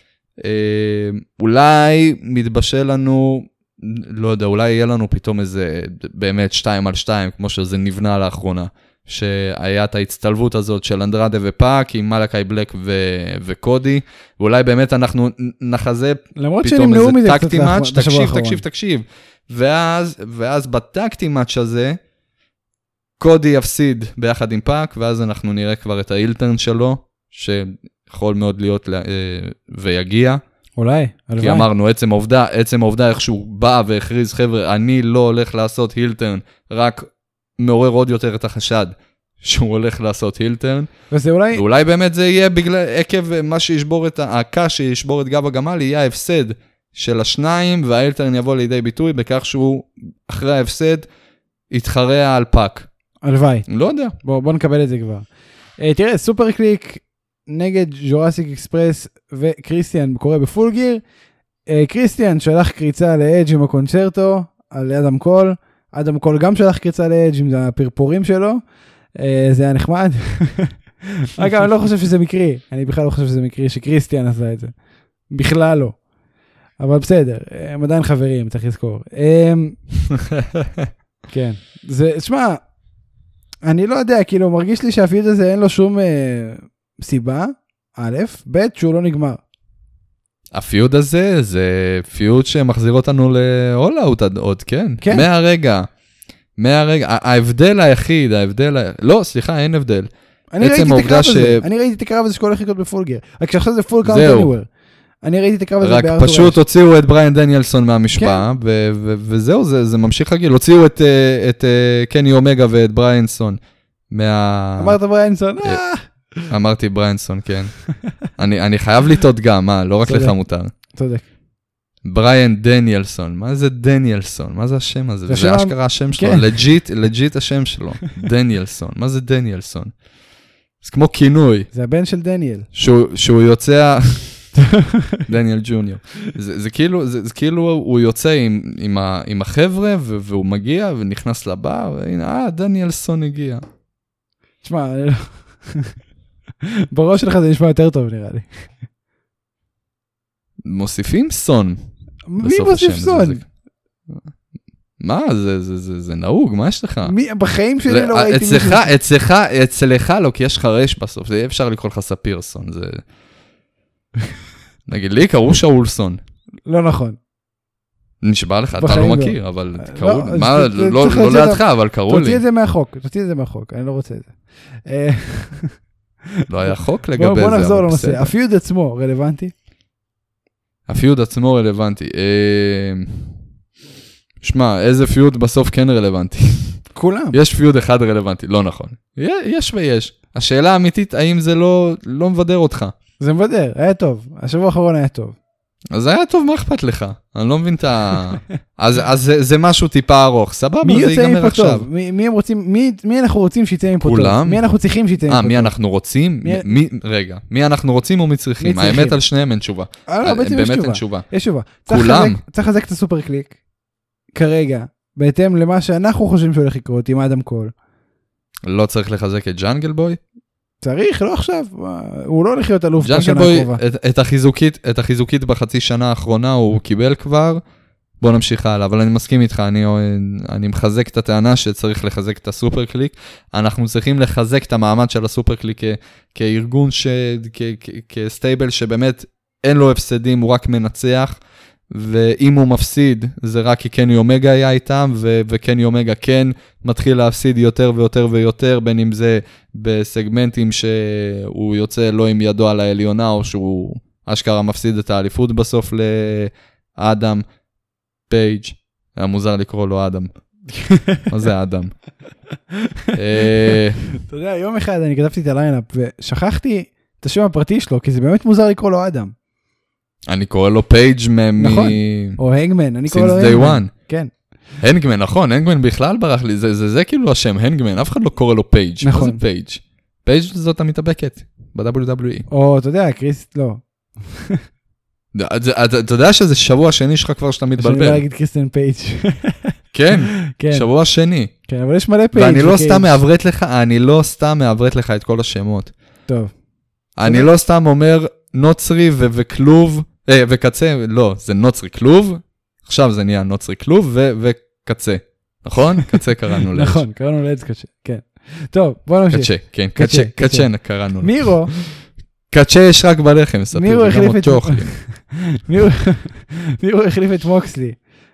אולי מתבשל לנו, לא יודע, אולי יהיה לנו פתאום איזה באמת שתיים על שתיים, כמו שזה נבנה לאחרונה. שהיה את ההצטלבות הזאת של אנדרדה ופאק עם מלאקי בלק ו- וקודי, ואולי באמת אנחנו נחזה פתאום איזה טקטי מאץ', תקשיב, תקשיב, תקשיב, ואז, ואז בטקטי מאץ' הזה, קודי יפסיד ביחד עם פאק, ואז אנחנו נראה כבר את האילטרן שלו, שיכול מאוד להיות ויגיע. אולי, הלוואי. כי אמרנו, עצם העובדה, עצם העובדה איך שהוא בא והכריז, חבר'ה, אני לא הולך לעשות הילטרן, רק מעורר עוד יותר את החשד שהוא הולך לעשות הילטרן. וזה אולי... ואולי באמת זה יהיה בגלל, עקב מה שישבור את, הקש שישבור את גב הגמל, יהיה ההפסד של השניים, וההילטרן יבוא לידי ביטוי בכך שהוא, אחרי ההפסד, יתחרע על פאק. הלוואי. לא יודע. בוא, בוא נקבל את זה כבר. Uh, תראה, סופר קליק נגד ג'ורסיק אקספרס וקריסטיאן קורא בפול גיר. Uh, קריסטיאן שלח קריצה לאדג' עם הקונצרטו, על אדם קול. אדם קול גם שלח קריצה לאדג' עם הפרפורים שלו. Uh, זה היה נחמד. אגב, אני לא חושב שזה מקרי. אני בכלל לא חושב שזה מקרי שקריסטיאן עשה את זה. בכלל לא. אבל בסדר, הם עדיין חברים, צריך לזכור. כן. זה, שמה, אני לא יודע, כאילו, מרגיש לי שהפיוד הזה אין לו שום אה, סיבה, א', ב', שהוא לא נגמר. הפיוד הזה, זה פיוד שמחזיר אותנו ל-all out עוד, כן? כן. מהרגע, מהרגע, ההבדל היחיד, ההבדל, ה... לא, סליחה, אין הבדל. אני ראיתי את הקרב הזה, אני ראיתי את הקרב הזה שכל הולך לקרות בפול גיר, רק שעכשיו זה פול קאונט אניוור. אני ראיתי את הקרב הזה בארדו. רק פשוט הוציאו את בריין דניאלסון מהמשפעה, וזהו, זה ממשיך רגיל. הוציאו את קני אומגה ואת בריינסון. אמרת בריינסון? אמרתי בריינסון, כן. אני חייב לטעות גם, מה? לא רק לך מותר. צודק. בריין דניאלסון, מה זה דניאלסון? מה זה השם הזה? זה אשכרה השם שלו, לג'יט, לג'יט השם שלו. דניאלסון, מה זה דניאלסון? זה כמו כינוי. זה הבן של דניאל. שהוא יוצא... דניאל ג'וניור. זה, זה כאילו, זה, זה כאילו הוא יוצא עם, עם, ה, עם החבר'ה, ו, והוא מגיע ונכנס לבר, והנה, אה, דניאלסון הגיע. תשמע, בראש שלך זה נשמע יותר טוב, נראה לי. מוסיפים סון. מי מוסיף סון? זה, מה? זה, זה, זה, זה נהוג, מה יש לך? מי, בחיים שלי לא ראיתי אצלך, מישהו. אצלך, אצלך לא, כי יש לך רש בסוף, זה אפשר לקרוא לך ספירסון, זה... נגיד לי, קראו שאולסון. לא נכון. נשבע לך, אתה לא מכיר, אבל קראו לי. מה, לא לידך, אבל קראו לי. תוציא את זה מהחוק, תוציא את זה מהחוק, אני לא רוצה את זה. לא היה חוק לגבי זה. בוא נחזור לנושא. הפיוד עצמו רלוונטי? הפיוד עצמו רלוונטי. שמע, איזה פיוד בסוף כן רלוונטי? כולם. יש פיוד אחד רלוונטי, לא נכון. יש ויש. השאלה האמיתית, האם זה לא מבדר אותך? זה מבדר, היה טוב. השבוע האחרון היה טוב. אז זה היה טוב, מה אכפת לך? אני לא מבין את ה... אז, אז זה, זה משהו טיפה ארוך, סבבה, זה ייגמר עכשיו. מי, מי, רוצים, מי, מי אנחנו רוצים שיצא מפה כולם? טוב? מי אנחנו צריכים שיצא מפה טוב? אה, מי אנחנו רוצים? מי... מי, רגע, מי אנחנו רוצים או מי צריכים? מי צריכים? האמת על שניהם אין תשובה. אה, לא, בעצם יש תשובה. תשובה. יש תשובה. כולם? צריך לחזק את הסופר קליק, כרגע, בהתאם למה שאנחנו חושבים שהולך לקרות עם אדם קול. לא צריך לחזק את ג'אנגל בוי? צריך, לא עכשיו, הוא לא הולך להיות אלוף בשנה הקרובה. את, את, החיזוקית, את החיזוקית בחצי שנה האחרונה הוא קיבל כבר, בוא נמשיך הלאה, אבל אני מסכים איתך, אני, אני מחזק את הטענה שצריך לחזק את הסופר קליק, אנחנו צריכים לחזק את המעמד של הסופר קליק כ, כארגון, ש, כ, כ, כסטייבל שבאמת אין לו הפסדים, הוא רק מנצח, ואם הוא מפסיד, זה רק כי קני אומגה היה איתם, ו- וקני אומגה כן מתחיל להפסיד יותר ויותר ויותר, בין אם זה בסגמנטים שהוא יוצא לא עם ידו על העליונה, או שהוא אשכרה מפסיד את האליפות בסוף לאדם פייג'. היה מוזר לקרוא לו אדם. מה זה אדם? אתה יודע, יום אחד אני כתבתי את הליינאפ, ושכחתי את השם הפרטי שלו, כי זה באמת מוזר לקרוא לו אדם. אני קורא לו פייג' מ... נכון, או הנגמן, אני קורא לו הנגמן. כן. הנגמן, נכון, הנגמן בכלל ברח לי, זה, זה, זה כאילו השם, הנגמן, אף אחד לא קורא לו פייג'. נכון. מה זה פייג'? פייג' זאת המתאבקת, ב-דאבליו דאבליו אי. או, אתה יודע, קריס, לא. אתה יודע שזה שבוע שני שלך כבר שאתה מתבלבל. שאני לא אגיד קריסטן פייג'. כן, שבוע שני. כן, אבל יש מלא פייג'. ואני לא סתם מעברת לך, אני לא סתם מעברת לך את כל השמות. טוב. אני לא סתם אומר נוצרי וכלוב, וקצה, לא, זה נוצרי כלוב, עכשיו זה נהיה נוצרי כלוב וקצה, נכון? קצה קראנו לאדג'. נכון, קראנו לאדג' קצ'ה, כן. טוב, בוא נמשיך. קצ'ה, כן, קצ'ה, קצ'ה קראנו. מירו. קצ'ה יש רק בלחם, מירו החליף את... מירו החליף את מוקסלי,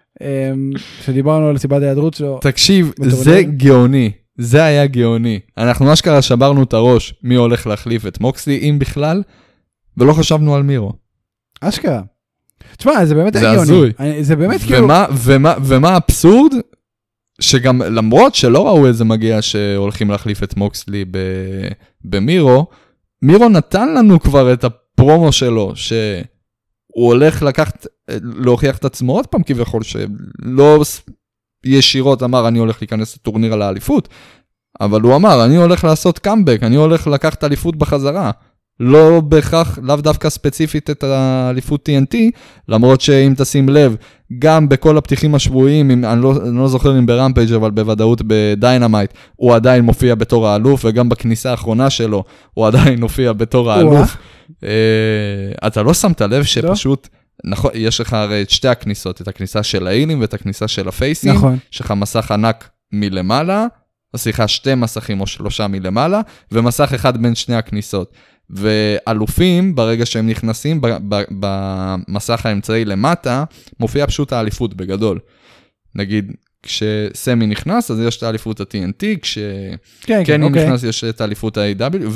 שדיברנו על סיבת ההיעדרות שלו. תקשיב, זה גאוני, זה היה גאוני. אנחנו אשכרה שברנו את הראש מי הולך להחליף את מוקסלי, אם בכלל, ולא חשבנו על מירו. אשכרה. תשמע, זה באמת זה הזוי. זה באמת כאילו... ומה, ומה, ומה האבסורד? שגם למרות שלא ראו איזה מגיע שהולכים להחליף את מוקסלי במירו, מירו נתן לנו כבר את הפרומו שלו, שהוא הולך לקחת, להוכיח את עצמו עוד פעם כביכול, שלא ישירות אמר אני הולך להיכנס לטורניר על האליפות, אבל הוא אמר אני הולך לעשות קאמבק, אני הולך לקחת אליפות בחזרה. לא בכך, לאו דווקא ספציפית את האליפות טי אן טי, למרות שאם תשים לב, גם בכל הפתיחים השבועיים, אם, אני, לא, אני לא זוכר אם ברמפייג' אבל בוודאות בדיינמייט, הוא עדיין מופיע בתור האלוף, וגם בכניסה האחרונה שלו, הוא עדיין מופיע בתור האלוף. אה, אתה לא שמת לב שפשוט, נכון, יש לך הרי את שתי הכניסות, את הכניסה של האילים ואת הכניסה של הפייסים, נכון. יש לך מסך ענק מלמעלה, סליחה, שתי מסכים או שלושה מלמעלה, ומסך אחד בין שני הכניסות. ואלופים, ברגע שהם נכנסים, במסך האמצעי למטה, מופיע פשוט האליפות בגדול. נגיד, כשסמי נכנס, אז יש את האליפות ה-טי אן טי, כשקני נכנס, יש את האליפות ה-איי דאבליו,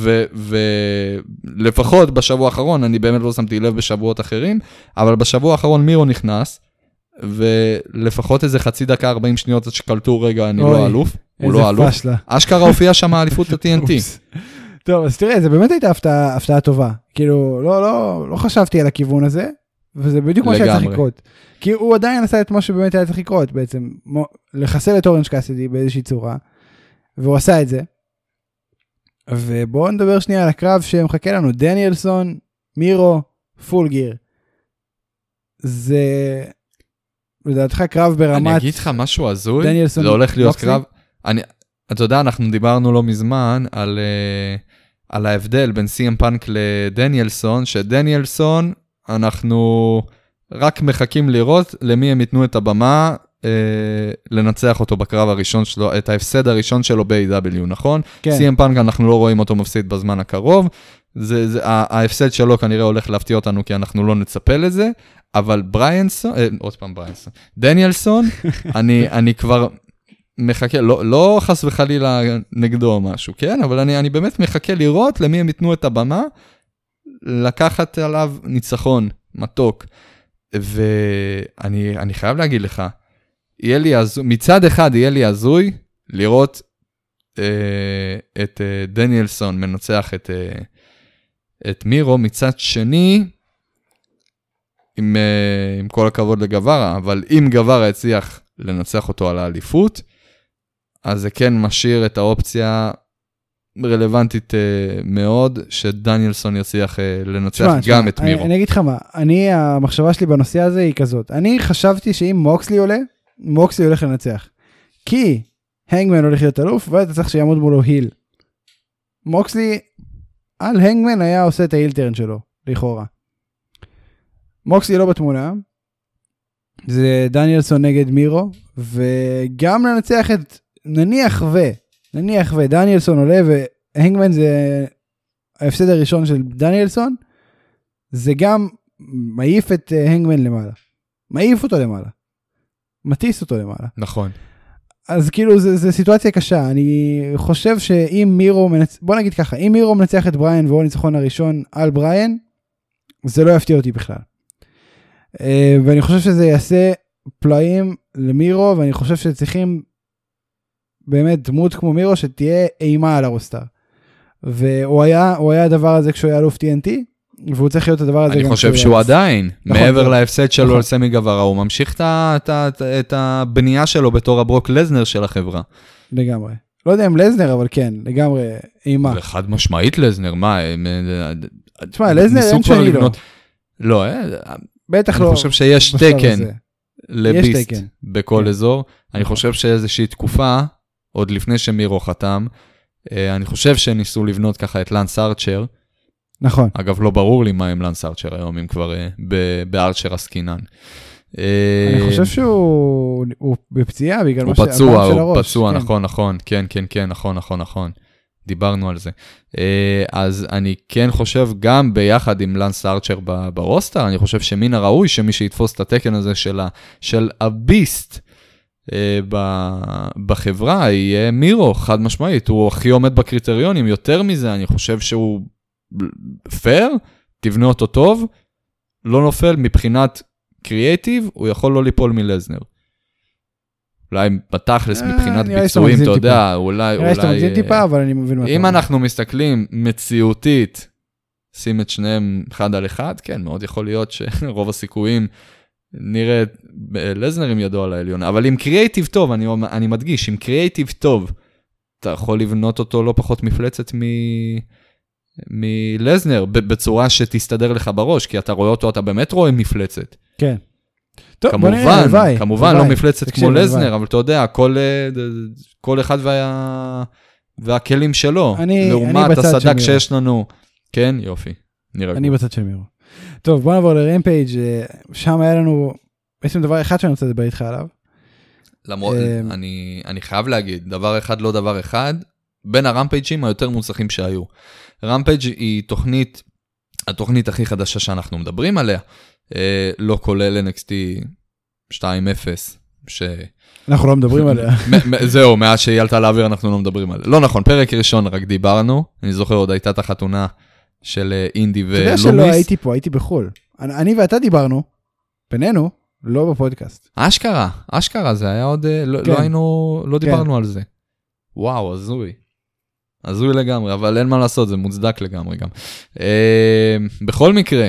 ולפחות בשבוע האחרון, אני באמת לא שמתי לב בשבועות אחרים, אבל בשבוע האחרון מירו נכנס, ולפחות איזה חצי דקה, ארבעים שניות, עד שקלטו רגע, אני לא אלוף, הוא לא אלוף. אשכרה הופיע שם האליפות ה-טי אן טי. טוב, אז תראה, זה באמת הייתה הפתעה, הפתעה טובה. כאילו, לא, לא, לא חשבתי על הכיוון הזה, וזה בדיוק מה שהיה צריך לקרות. כי הוא עדיין עשה את מה שבאמת היה צריך לקרות, בעצם, לחסל את אורנג' קאסידי באיזושהי צורה, והוא עשה את זה. ובואו נדבר שנייה על הקרב שמחכה לנו, דניאלסון, מירו, פול גיר. זה, לדעתך קרב ברמת... אני אגיד לך משהו הזוי, זה הולך להיות קרב... אני... אתה יודע, אנחנו דיברנו לא מזמן על, uh, על ההבדל בין סי אם פאנק לדניאלסון, שדניאלסון, אנחנו רק מחכים לראות למי הם ייתנו את הבמה, uh, לנצח אותו בקרב הראשון שלו, את ההפסד הראשון שלו ב-איי דאבליו, נכון? כן. סי אם פאנק אנחנו לא רואים אותו מפסיד בזמן הקרוב, זה, זה, ההפסד שלו כנראה הולך להפתיע אותנו, כי אנחנו לא נצפה לזה, אבל בריינסון, אה, עוד פעם בריינסון, דניאלסון, אני, אני כבר... מחכה, לא, לא חס וחלילה נגדו או משהו, כן? אבל אני, אני באמת מחכה לראות למי הם ייתנו את הבמה, לקחת עליו ניצחון, מתוק. ואני אני חייב להגיד לך, יהיה לי הזוי, מצד אחד יהיה לי הזוי לראות אה, את אה, דניאלסון מנצח את, אה, את מירו, מצד שני, עם, עם כל הכבוד לגברה, אבל אם גברה הצליח לנצח אותו על האליפות, אז זה כן משאיר את האופציה רלוונטית מאוד, שדניאלסון יצליח לנצח שמה, גם שמה, את מירו. אני, אני אגיד לך מה, אני, המחשבה שלי בנושא הזה היא כזאת, אני חשבתי שאם מוקסלי עולה, מוקסלי הולך לנצח. כי הנגמן הולך להיות אלוף, ואתה צריך שיעמוד מולו היל. מוקסלי על הנגמן היה עושה את ההילטרן שלו, לכאורה. מוקסלי לא בתמונה, זה דניאלסון נגד מירו, וגם לנצח את, נניח ו, נניח ו, דניאלסון עולה, והנגמן זה ההפסד הראשון של דניאלסון, זה גם מעיף את הנגמן למעלה. מעיף אותו למעלה. מטיס אותו למעלה. נכון. אז כאילו, זה, זה סיטואציה קשה. אני חושב שאם מירו מנצח, בוא נגיד ככה, אם מירו מנצח את בריין והוא הניצחון הראשון על בריין, זה לא יפתיע אותי בכלל. ואני חושב שזה יעשה פלאים למירו, ואני חושב שצריכים באמת דמות כמו מירו שתהיה אימה על הרוסטר. והוא היה, הוא היה הדבר הזה כשהוא היה אלוף טי אן טי, והוא צריך להיות הדבר הזה. אני חושב שהוא עדיין, מעבר להפסד שלו על סמי גברה, הוא ממשיך את הבנייה שלו בתור הברוק לזנר של החברה. לגמרי. לא יודע אם לזנר, אבל כן, לגמרי אימה. חד משמעית לזנר, מה? תשמע, לזנר אין שני לו. לא, בטח לא. אני חושב שיש תקן לביסט בכל אזור. אני חושב שאיזושהי תקופה, עוד לפני שמירו חתם, אני חושב שניסו לבנות ככה את לנס ארצ'ר. נכון. אגב, לא ברור לי מה עם לנס ארצ'ר היום, אם כבר בארצ'ר הסקינן. אני חושב שהוא בפציעה, בגלל מה שהבן של הראש. הוא פצוע, נכון, נכון, כן, כן, כן, נכון, נכון, נכון. דיברנו על זה. אז אני כן חושב, גם ביחד עם לנס ארצ'ר ברוסטר, אני חושב שמן הראוי שמי שיתפוס את התקן הזה של הביסט בחברה, יהיה מירו, חד משמעית. הוא הכי עומד בקריטריונים, יותר מזה, אני חושב שהוא פייר, תבנה אותו טוב, לא נופל מבחינת קריאטיב, הוא יכול לא ליפול מלזנר. אולי בתכלס מבחינת ביצועים, אתה יודע, אולי... נראה שאתה מגזים טיפה, אבל אני מבין מה. אם אנחנו מסתכלים מציאותית, שים את שניהם אחד על אחד, כן, מאוד יכול להיות שרוב הסיכויים נראה לזנר עם ידו על העליון, אבל עם קריאטיב טוב, אני, אני מדגיש, עם קריאטיב טוב, אתה יכול לבנות אותו לא פחות מפלצת מ... מלזנר, בצורה שתסתדר לך בראש, כי אתה רואה אותו, אתה באמת רואה מפלצת. כן. טוב, כמובן, הווי, כמובן הווי. לא מפלצת כמו לזנר, הווי. אבל אתה יודע, כל, כל אחד וה, והכלים שלו, אני, לעומת אני הסדק שיש לנו. כן, יופי. אני בצד של מירו. טוב, בוא נעבור לרמפייג', שם היה לנו, בעצם דבר אחד שאני רוצה לדבר איתך עליו. למרות, אני, אני חייב להגיד, דבר אחד לא דבר אחד, בין הרמפייג'ים היותר מוצלחים שהיו. רמפייג' היא תוכנית, התוכנית הכי חדשה שאנחנו מדברים עליה, אה, לא כולל אן אקס טי שתיים אפס, ש... אנחנו לא מדברים עליה. זהו, מאז שהיא עלתה לאוויר אנחנו לא מדברים עליה. לא נכון, פרק ראשון רק דיברנו, אני זוכר עוד הייתה את החתונה של אינדי ולומיס. אתה יודע שלא הייתי פה, הייתי בחול. אני, אני ואתה דיברנו, בינינו, לא בפודקאסט. אשכרה, אשכרה, זה היה עוד, לא, כן. לא היינו, לא דיברנו כן. על זה. וואו, הזוי. הזוי לגמרי, אבל אין מה לעשות, זה מוצדק לגמרי גם. אה, בכל מקרה,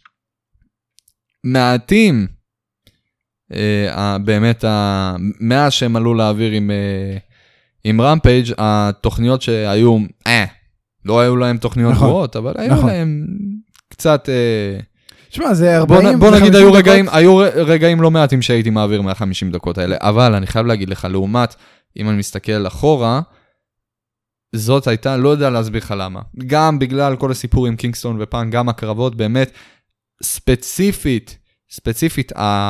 מעטים, אה, באמת, ה, מאז שהם עלו לאוויר עם, אה, עם רמפייג', התוכניות שהיו, אה, לא היו להם תוכניות נכון, גרועות, אבל היו נכון. להם קצת... אה, שמה, זה ארבעים... בוא, בוא נגיד, היו רגעים, היו רגעים לא מעטים שהייתי מעביר מאה וחמישים דקות האלה, אבל אני חייב להגיד לך, לעומת, אם אני מסתכל אחורה, זאת הייתה, לא יודע להסביר לך למה. גם בגלל כל הסיפור עם קינגסטון ופאנק, גם הקרבות, באמת, ספציפית, ספציפית,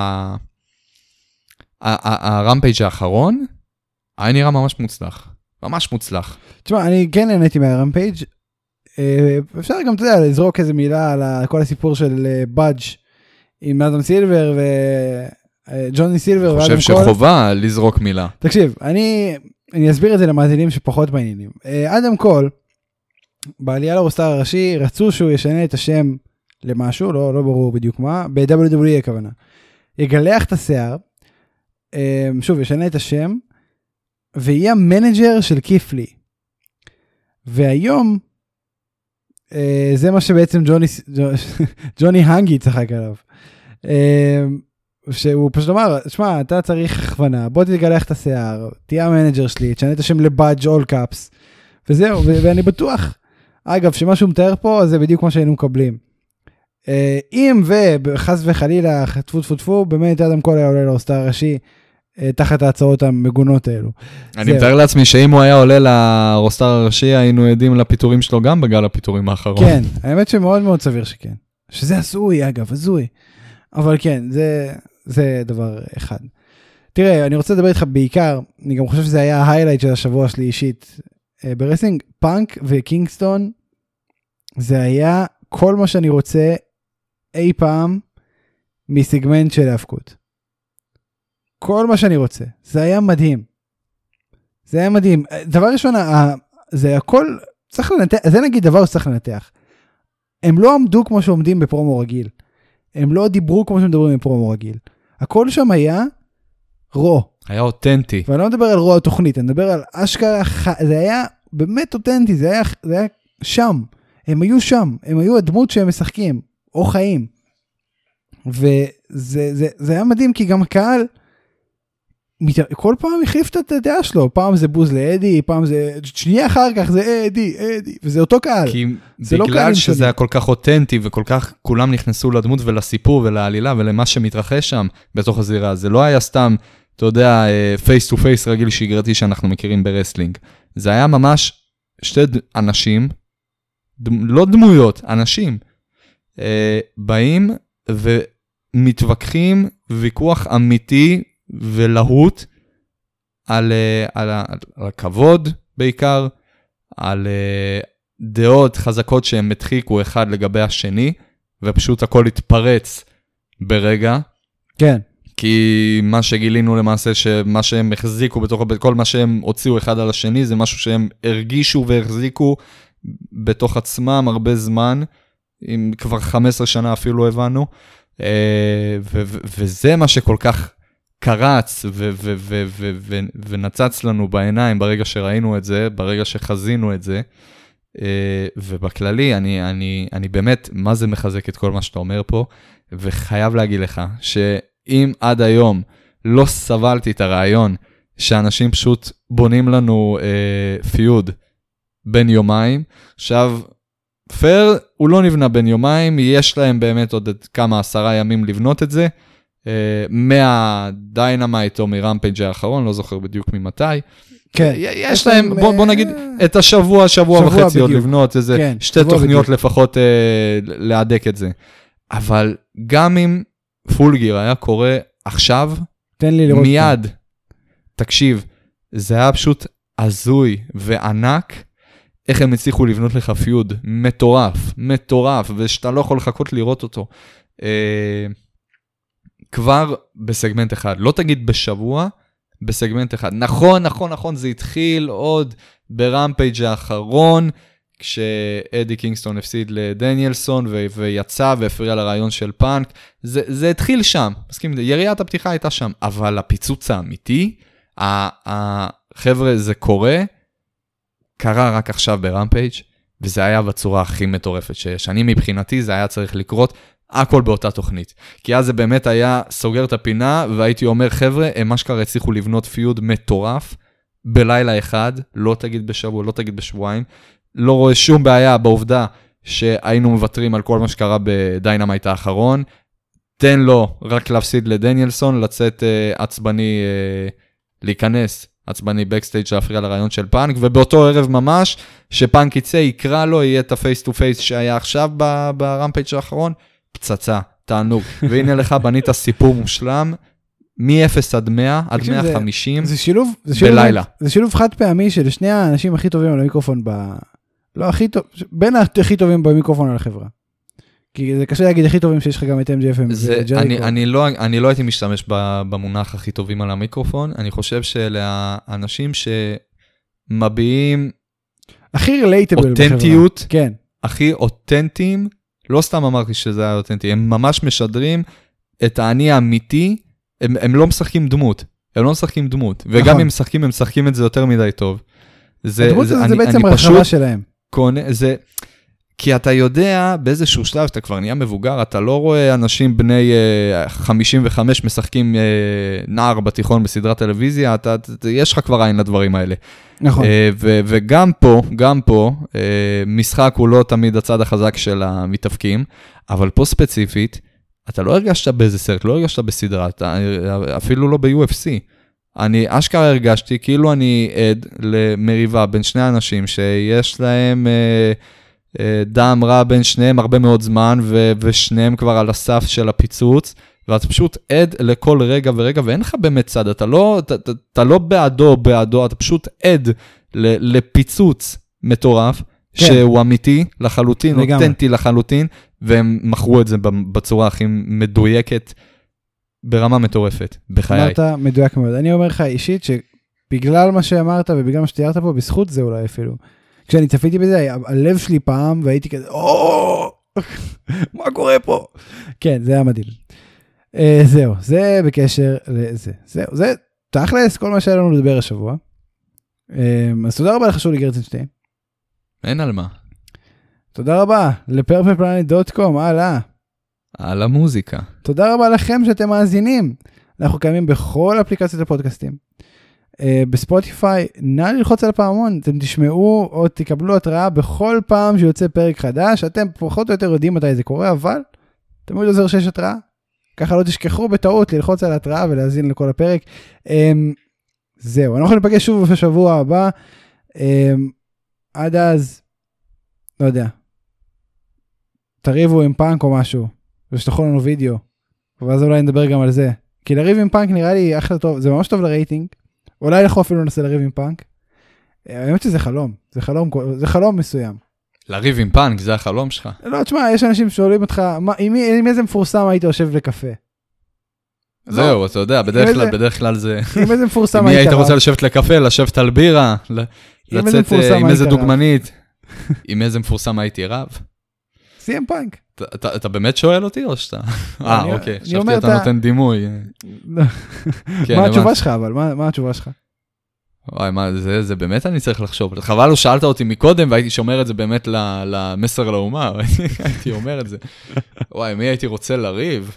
הרמפייג' האחרון, היה נראה ממש מוצלח. ממש מוצלח. תשמע, אני כן נהניתי מהרמפייג'. אפשר גם, אתה יודע, לזרוק איזה מילה על כל הסיפור של באדג' עם אדם סילבר וג'וני סילבר. אני חושב שחובה לזרוק מילה. תקשיב, אני... אני אסביר את זה למאזינים שפחות בעניינים. אדם קול, בעלייה לרוסטר הראשי, רצו שהוא ישנה את השם למשהו, לא, לא ברור בדיוק מה, ב-דאבליו דאבליו אי הכוונה. יגלח את השיער, שוב, ישנה את השם, ויהיה מנג'ר של קיפלי. והיום, זה מה שבעצם ג'וני, ג'וני הנגי צחק עליו. שהוא פשוט אמר, שמע, אתה צריך הכוונה, בוא תגלח את השיער, תהיה המנג'ר שלי, תשנה את השם לבאג' אול קאפס, וזהו, ואני בטוח, אגב, שמה שהוא מתאר פה, זה בדיוק מה שהיינו מקבלים. אם וחס וחלילה, טפו טפו טפו, באמת אדם כל היה עולה לאוסטר הראשי, תחת ההצעות המגונות האלו. אני מתאר לעצמי שאם הוא היה עולה לרוסטר הראשי, היינו עדים לפיתורים שלו גם בגל הפיתורים האחרון. כן, האמת שמאוד מאוד סביר שכן. שזה עשוי, אגב, עזוי. אבל כן, זה, זה דבר אחד. תראה, אני רוצה לדבר איתך בעיקר, אני גם חושב שזה היה ההיילייט של השבוע שלי אישית, ברסלינג, פאנק וקינגסטון, זה היה כל מה שאני רוצה אי פעם מסגמנט של ההפקות. כל מה שאני רוצה. זה היה מדהים. זה היה מדהים. דבר ראשון, זה הכל, צריך לנתח, זה נגיד דבר שצריך לנתח. הם לא עמדו כמו שעומדים בפרומו רגיל. הם לא דיברו כמו שמדברים בפרומו רגיל. הכל שם היה רו. היה אותנטי. ואני לא מדבר על רו התוכנית, אני מדבר על אשכרה, זה היה באמת אותנטי, זה היה, זה היה שם. הם היו שם, הם היו הדמות שהם משחקים, או חיים. וזה זה, זה היה מדהים, כי גם הקהל, כל פעם החליף את הדעה שלו, פעם זה בוז לאדי, פעם זה, שנייה אחר כך זה אדי, אדי, וזה אותו קהל. כי בגלל לא שזה היה כל כך אותנטי, וכל כך כולם נכנסו לדמות ולסיפור ולעלילה, ולמה שמתרחש שם בתוך הזירה, זה לא היה סתם, אתה יודע, פייס טו פייס רגיל שגרתי שאנחנו מכירים ברסלינג. זה היה ממש שתי אנשים, לא דמויות, אנשים, באים ומתווכחים ויכוח אמיתי, ולהות על, על, על, על הכבוד בעיקר, על דעות חזקות שהם מתחיקו אחד לגבי השני, ופשוט הכל התפרץ ברגע. כן. כי מה שגילינו למעשה, שמה שהם החזיקו בתוך, כל מה שהם הוציאו אחד על השני, זה משהו שהם הרגישו והחזיקו בתוך עצמם הרבה זמן, אם כבר חמש עשרה שנה אפילו הבנו, ו- ו- וזה מה שכל כך קרץ ו- ו- ו- ו- ו- ונצץ לנו בעיניים ברגע שראינו את זה, ברגע שחזינו את זה, ובכללי, אני, אני, אני באמת, מה זה מחזק את כל מה שאתה אומר פה, וחייב להגיד לך, שאם עד היום לא סבלתי את הרעיון, שאנשים פשוט בונים לנו אה, פיוד בין יומיים, עכשיו, פייר, הוא לא נבנה בין יומיים, יש להם באמת עוד כמה עשרה ימים לבנות את זה, מהדיינמייט או מרמפייג' האחרון, לא זוכר בדיוק ממתי. כן. יש להם, בוא נגיד, את השבוע, שבוע וחצי עוד לבנות, איזה שתי תוכניות לפחות להדק את זה. אבל גם אם פולגיר היה קורה עכשיו, מיד, תקשיב, זה היה פשוט הזוי וענק, איך הם הצליחו לבנות לך פיוד, מטורף, מטורף, ושאתה לא יכול לחכות לראות אותו. כבר בסגמנט אחד, לא תגיד בשבוע, בסגמנט אחד. נכון, נכון, נכון, זה התחיל עוד ברמפייג' האחרון, כשאדי קינגסטון הפסיד לדניאלסון, ו- ויצא והפריע לרעיון של פאנק. זה, זה התחיל שם, מסכים, יריית הפתיחה הייתה שם, אבל הפיצוץ האמיתי, החבר'ה, זה קורה, קרה רק עכשיו ברמפייג', וזה היה בצורה הכי מטורפת שיש. אני מבחינתי, זה היה צריך לקרות, הכל באותה תוכנית. כי אז זה באמת היה סוגר את הפינה, והייתי אומר, חבר'ה, הם אשכרה הצליחו לבנות פיוד מטורף, בלילה אחד, לא תגיד בשבוע, לא תגיד בשבועיים, לא רואה שום בעיה בעובדה, שהיינו מוותרים על כל מה שקרה בדיינמייט האחרון, תן לו רק להפסיד לדניאלסון, לצאת uh, עצבני, uh, להיכנס עצבני בקסטייג' להפריע לרעיון של פאנק, ובאותו ערב ממש, שפאנק יצא, יקרא לו, יהיה את הפייס טו פייס שהיה עכשיו ברמפייג' האחרון, פצצה, תענוג. והנה לך בנית סיפור מושלם, מ-אפס עד מאה, עד מאה וחמישים, זה שילוב, זה שילוב, בלילה. זה שילוב חד פעמי של שני האנשים הכי טובים על המיקרופון, ב... לא הכי טוב, בין הכי טובים במיקרופון על החברה. כי זה קשה להגיד הכי טובים שיש לך גם את אם ג'י אף אם. אני, אני, לא, אני לא הייתי משתמש במונח הכי טובים על המיקרופון, אני חושב שאלה האנשים שמביעים הכי רילייטבל אותנטיות, כן. הכי אותנטיים, לא סתם אמרתי שזה היה אותנטי, הם ממש משדרים את האני האמיתי, הם, הם לא משחקים דמות, הם לא משחקים דמות, וגם נכון. אם משחקים, הם משחקים את זה יותר מדי טוב. זה, הדמות זה, זה, זה אני, בעצם הרחבה שלהם. קונה, זה, כי אתה יודע, באיזשהו שלב, אתה כבר נהיה מבוגר, אתה לא רואה אנשים בני uh, חמישים וחמש משחקים uh, נער בתיכון בסדרת טלוויזיה, אתה, אתה, יש לך כבר עין לדברים האלה. נכון. Uh, ו, וגם פה, גם פה, uh, משחק הוא לא תמיד הצד החזק של המתאבקים, אבל פה ספציפית, אתה לא הרגשת באיזה סרט, לא הרגשת בסדרה, אתה, אפילו לא ב-יו אף סי. אני אשכרה הרגשתי, כאילו אני עד למריבה בין שני אנשים שיש להם... Uh, דם רע בין שניהם הרבה מאוד זמן, ו- ושניהם כבר על הסף של הפיצוץ, ואתה פשוט עד לכל רגע ורגע, ואין לך באמת צד, אתה לא, אתה, אתה, אתה לא בעדו, בעדו, אתה פשוט עד ל- לפיצוץ מטורף, כן. שהוא אמיתי לחלוטין, אותנטי לחלוטין, והם מכרו את זה בצורה הכי מדויקת, ברמה מטורפת, בחיי. אמרת מדויק מאוד. אני אומר לך אישית, שבגלל מה שאמרת, ובגלל מה שתיארת פה, בזכות זה אולי אפילו, כשאני צפיתי בזה, הלב שלי פעם, והייתי כזה, או, מה קורה פה? כן, זה היה מדהים. זהו, זה בקשר לזה. זהו, זה תכלס כל מה שהיה לנו לדבר השבוע. אז תודה רבה לך שולי גרצנשטיין. אין על מה. תודה רבה ל-פרפל פלנט דוט קום, הלאה. על המוזיקה. תודה רבה לכם שאתם מאזינים. אנחנו קיימים בכל אפליקציות הפודקאסטים. Uh, בספוטיפיי, נא ללחוץ על הפעמון, אתם תשמעו או תקבלו התראה בכל פעם שיוצא פרק חדש, אתם פחות או יותר יודעים מתי זה קורה, אבל תמיד עוזר שיש התראה, ככה לא תשכחו בטעות ללחוץ על התראה ולהזין לכל הפרק. Um, זהו, אנחנו נפגש שוב בשבוע הבא, um, עד אז, לא יודע, תריבו עם פאנק או משהו, ושתחו לנו וידאו, ואז אולי נדבר גם על זה, כי לריב עם פאנק נראה לי אחלה טוב, זה ממש טוב לרייטינג, אולי אנחנו אפילו ננסה לריב עם פאנק. האמת שזה חלום, זה חלום, זה חלום מסוים. לריב עם פאנק, זה החלום שלך? לא, תשמע, יש אנשים ששואלים אותך, עם, עם איזה מפורסם היית יושב לקפה? זהו, לא. אתה יודע, בדרך כלל, בדרך כלל זה... עם איזה מפורסם היית רב? אם היית רוצה לשבת לקפה, לשבת על בירה, לצאת עם איזה דוגמנית. עם איזה מפורסם הייתי רב? סי אם פאנק. אתה באמת שואל אותי או שאתה? אה, אוקיי, חשבתי אתה נותן דימוי. מה התשובה שלך אבל? מה התשובה שלך? וואי, מה, זה באמת אני צריך לחשוב. חבל לא שאלת אותי מקודם והייתי שומר את זה באמת למסר לאומה, הייתי אומר את זה. וואי, מי הייתי רוצה לריב?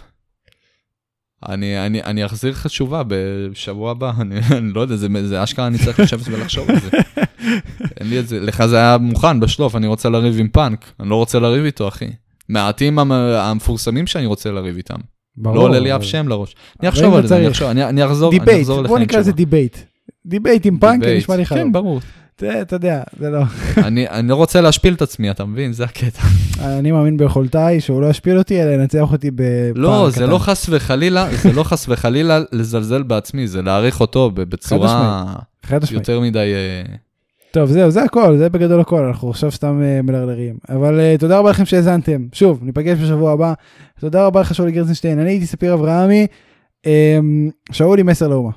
אני אחזיר לך תשובה בשבוע הבא, אני לא יודע, זה אשכרה אני צריך לשבת ולחשוב את זה. אין לי את זה, לך זה היה מוכן בשלוף, אני רוצה לריב עם פאנק, אני לא רוצה לריב איתו, אחי. מעטים המפורסמים שאני רוצה לריב איתם. לא עולה לי אף שם לראש. אני אחשוב על זה, אני אחשוב, אני אחזור לך עם תשובה. דיבייט, בוא נקרא לזה דיבייט. דיבייט עם פאנק, נשמע לי חלום. כן, ברור. אתה יודע, זה לא. אני לא רוצה להשפיל את עצמי, אתה מבין? זה הקטע. אני מאמין ביכולתיי שהוא לא ישפיל אותי, אלא ינצח אותי בפאנק. לא, זה לא חס וחלילה, זה לא חס וחלילה לזלזל בעצמי, זה להעריך אותו בצורה יותר מדי... טוב, זהו, זה הכל, זה בגדול הכל, אנחנו עכשיו סתם מלרלרים. אבל תודה רבה לכם שהזנתם. שוב, ניפגש בשבוע הבא. תודה רבה לך שולי גרצנשטיין. אני הייתי ספיר אברהמי. שאולי מסר לאומה.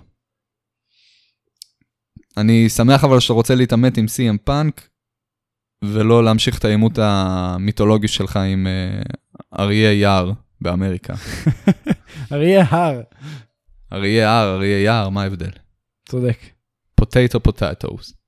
אני שמח אבל שאתה רוצה להתאמת עם סי אם פאנק, ולא להמשיך את העימות המיתולוגי שלך עם אריה יער באמריקה. אריה הר. אריה הר, אריה יער, מה ההבדל? צודק. פוטטו פוטטוס.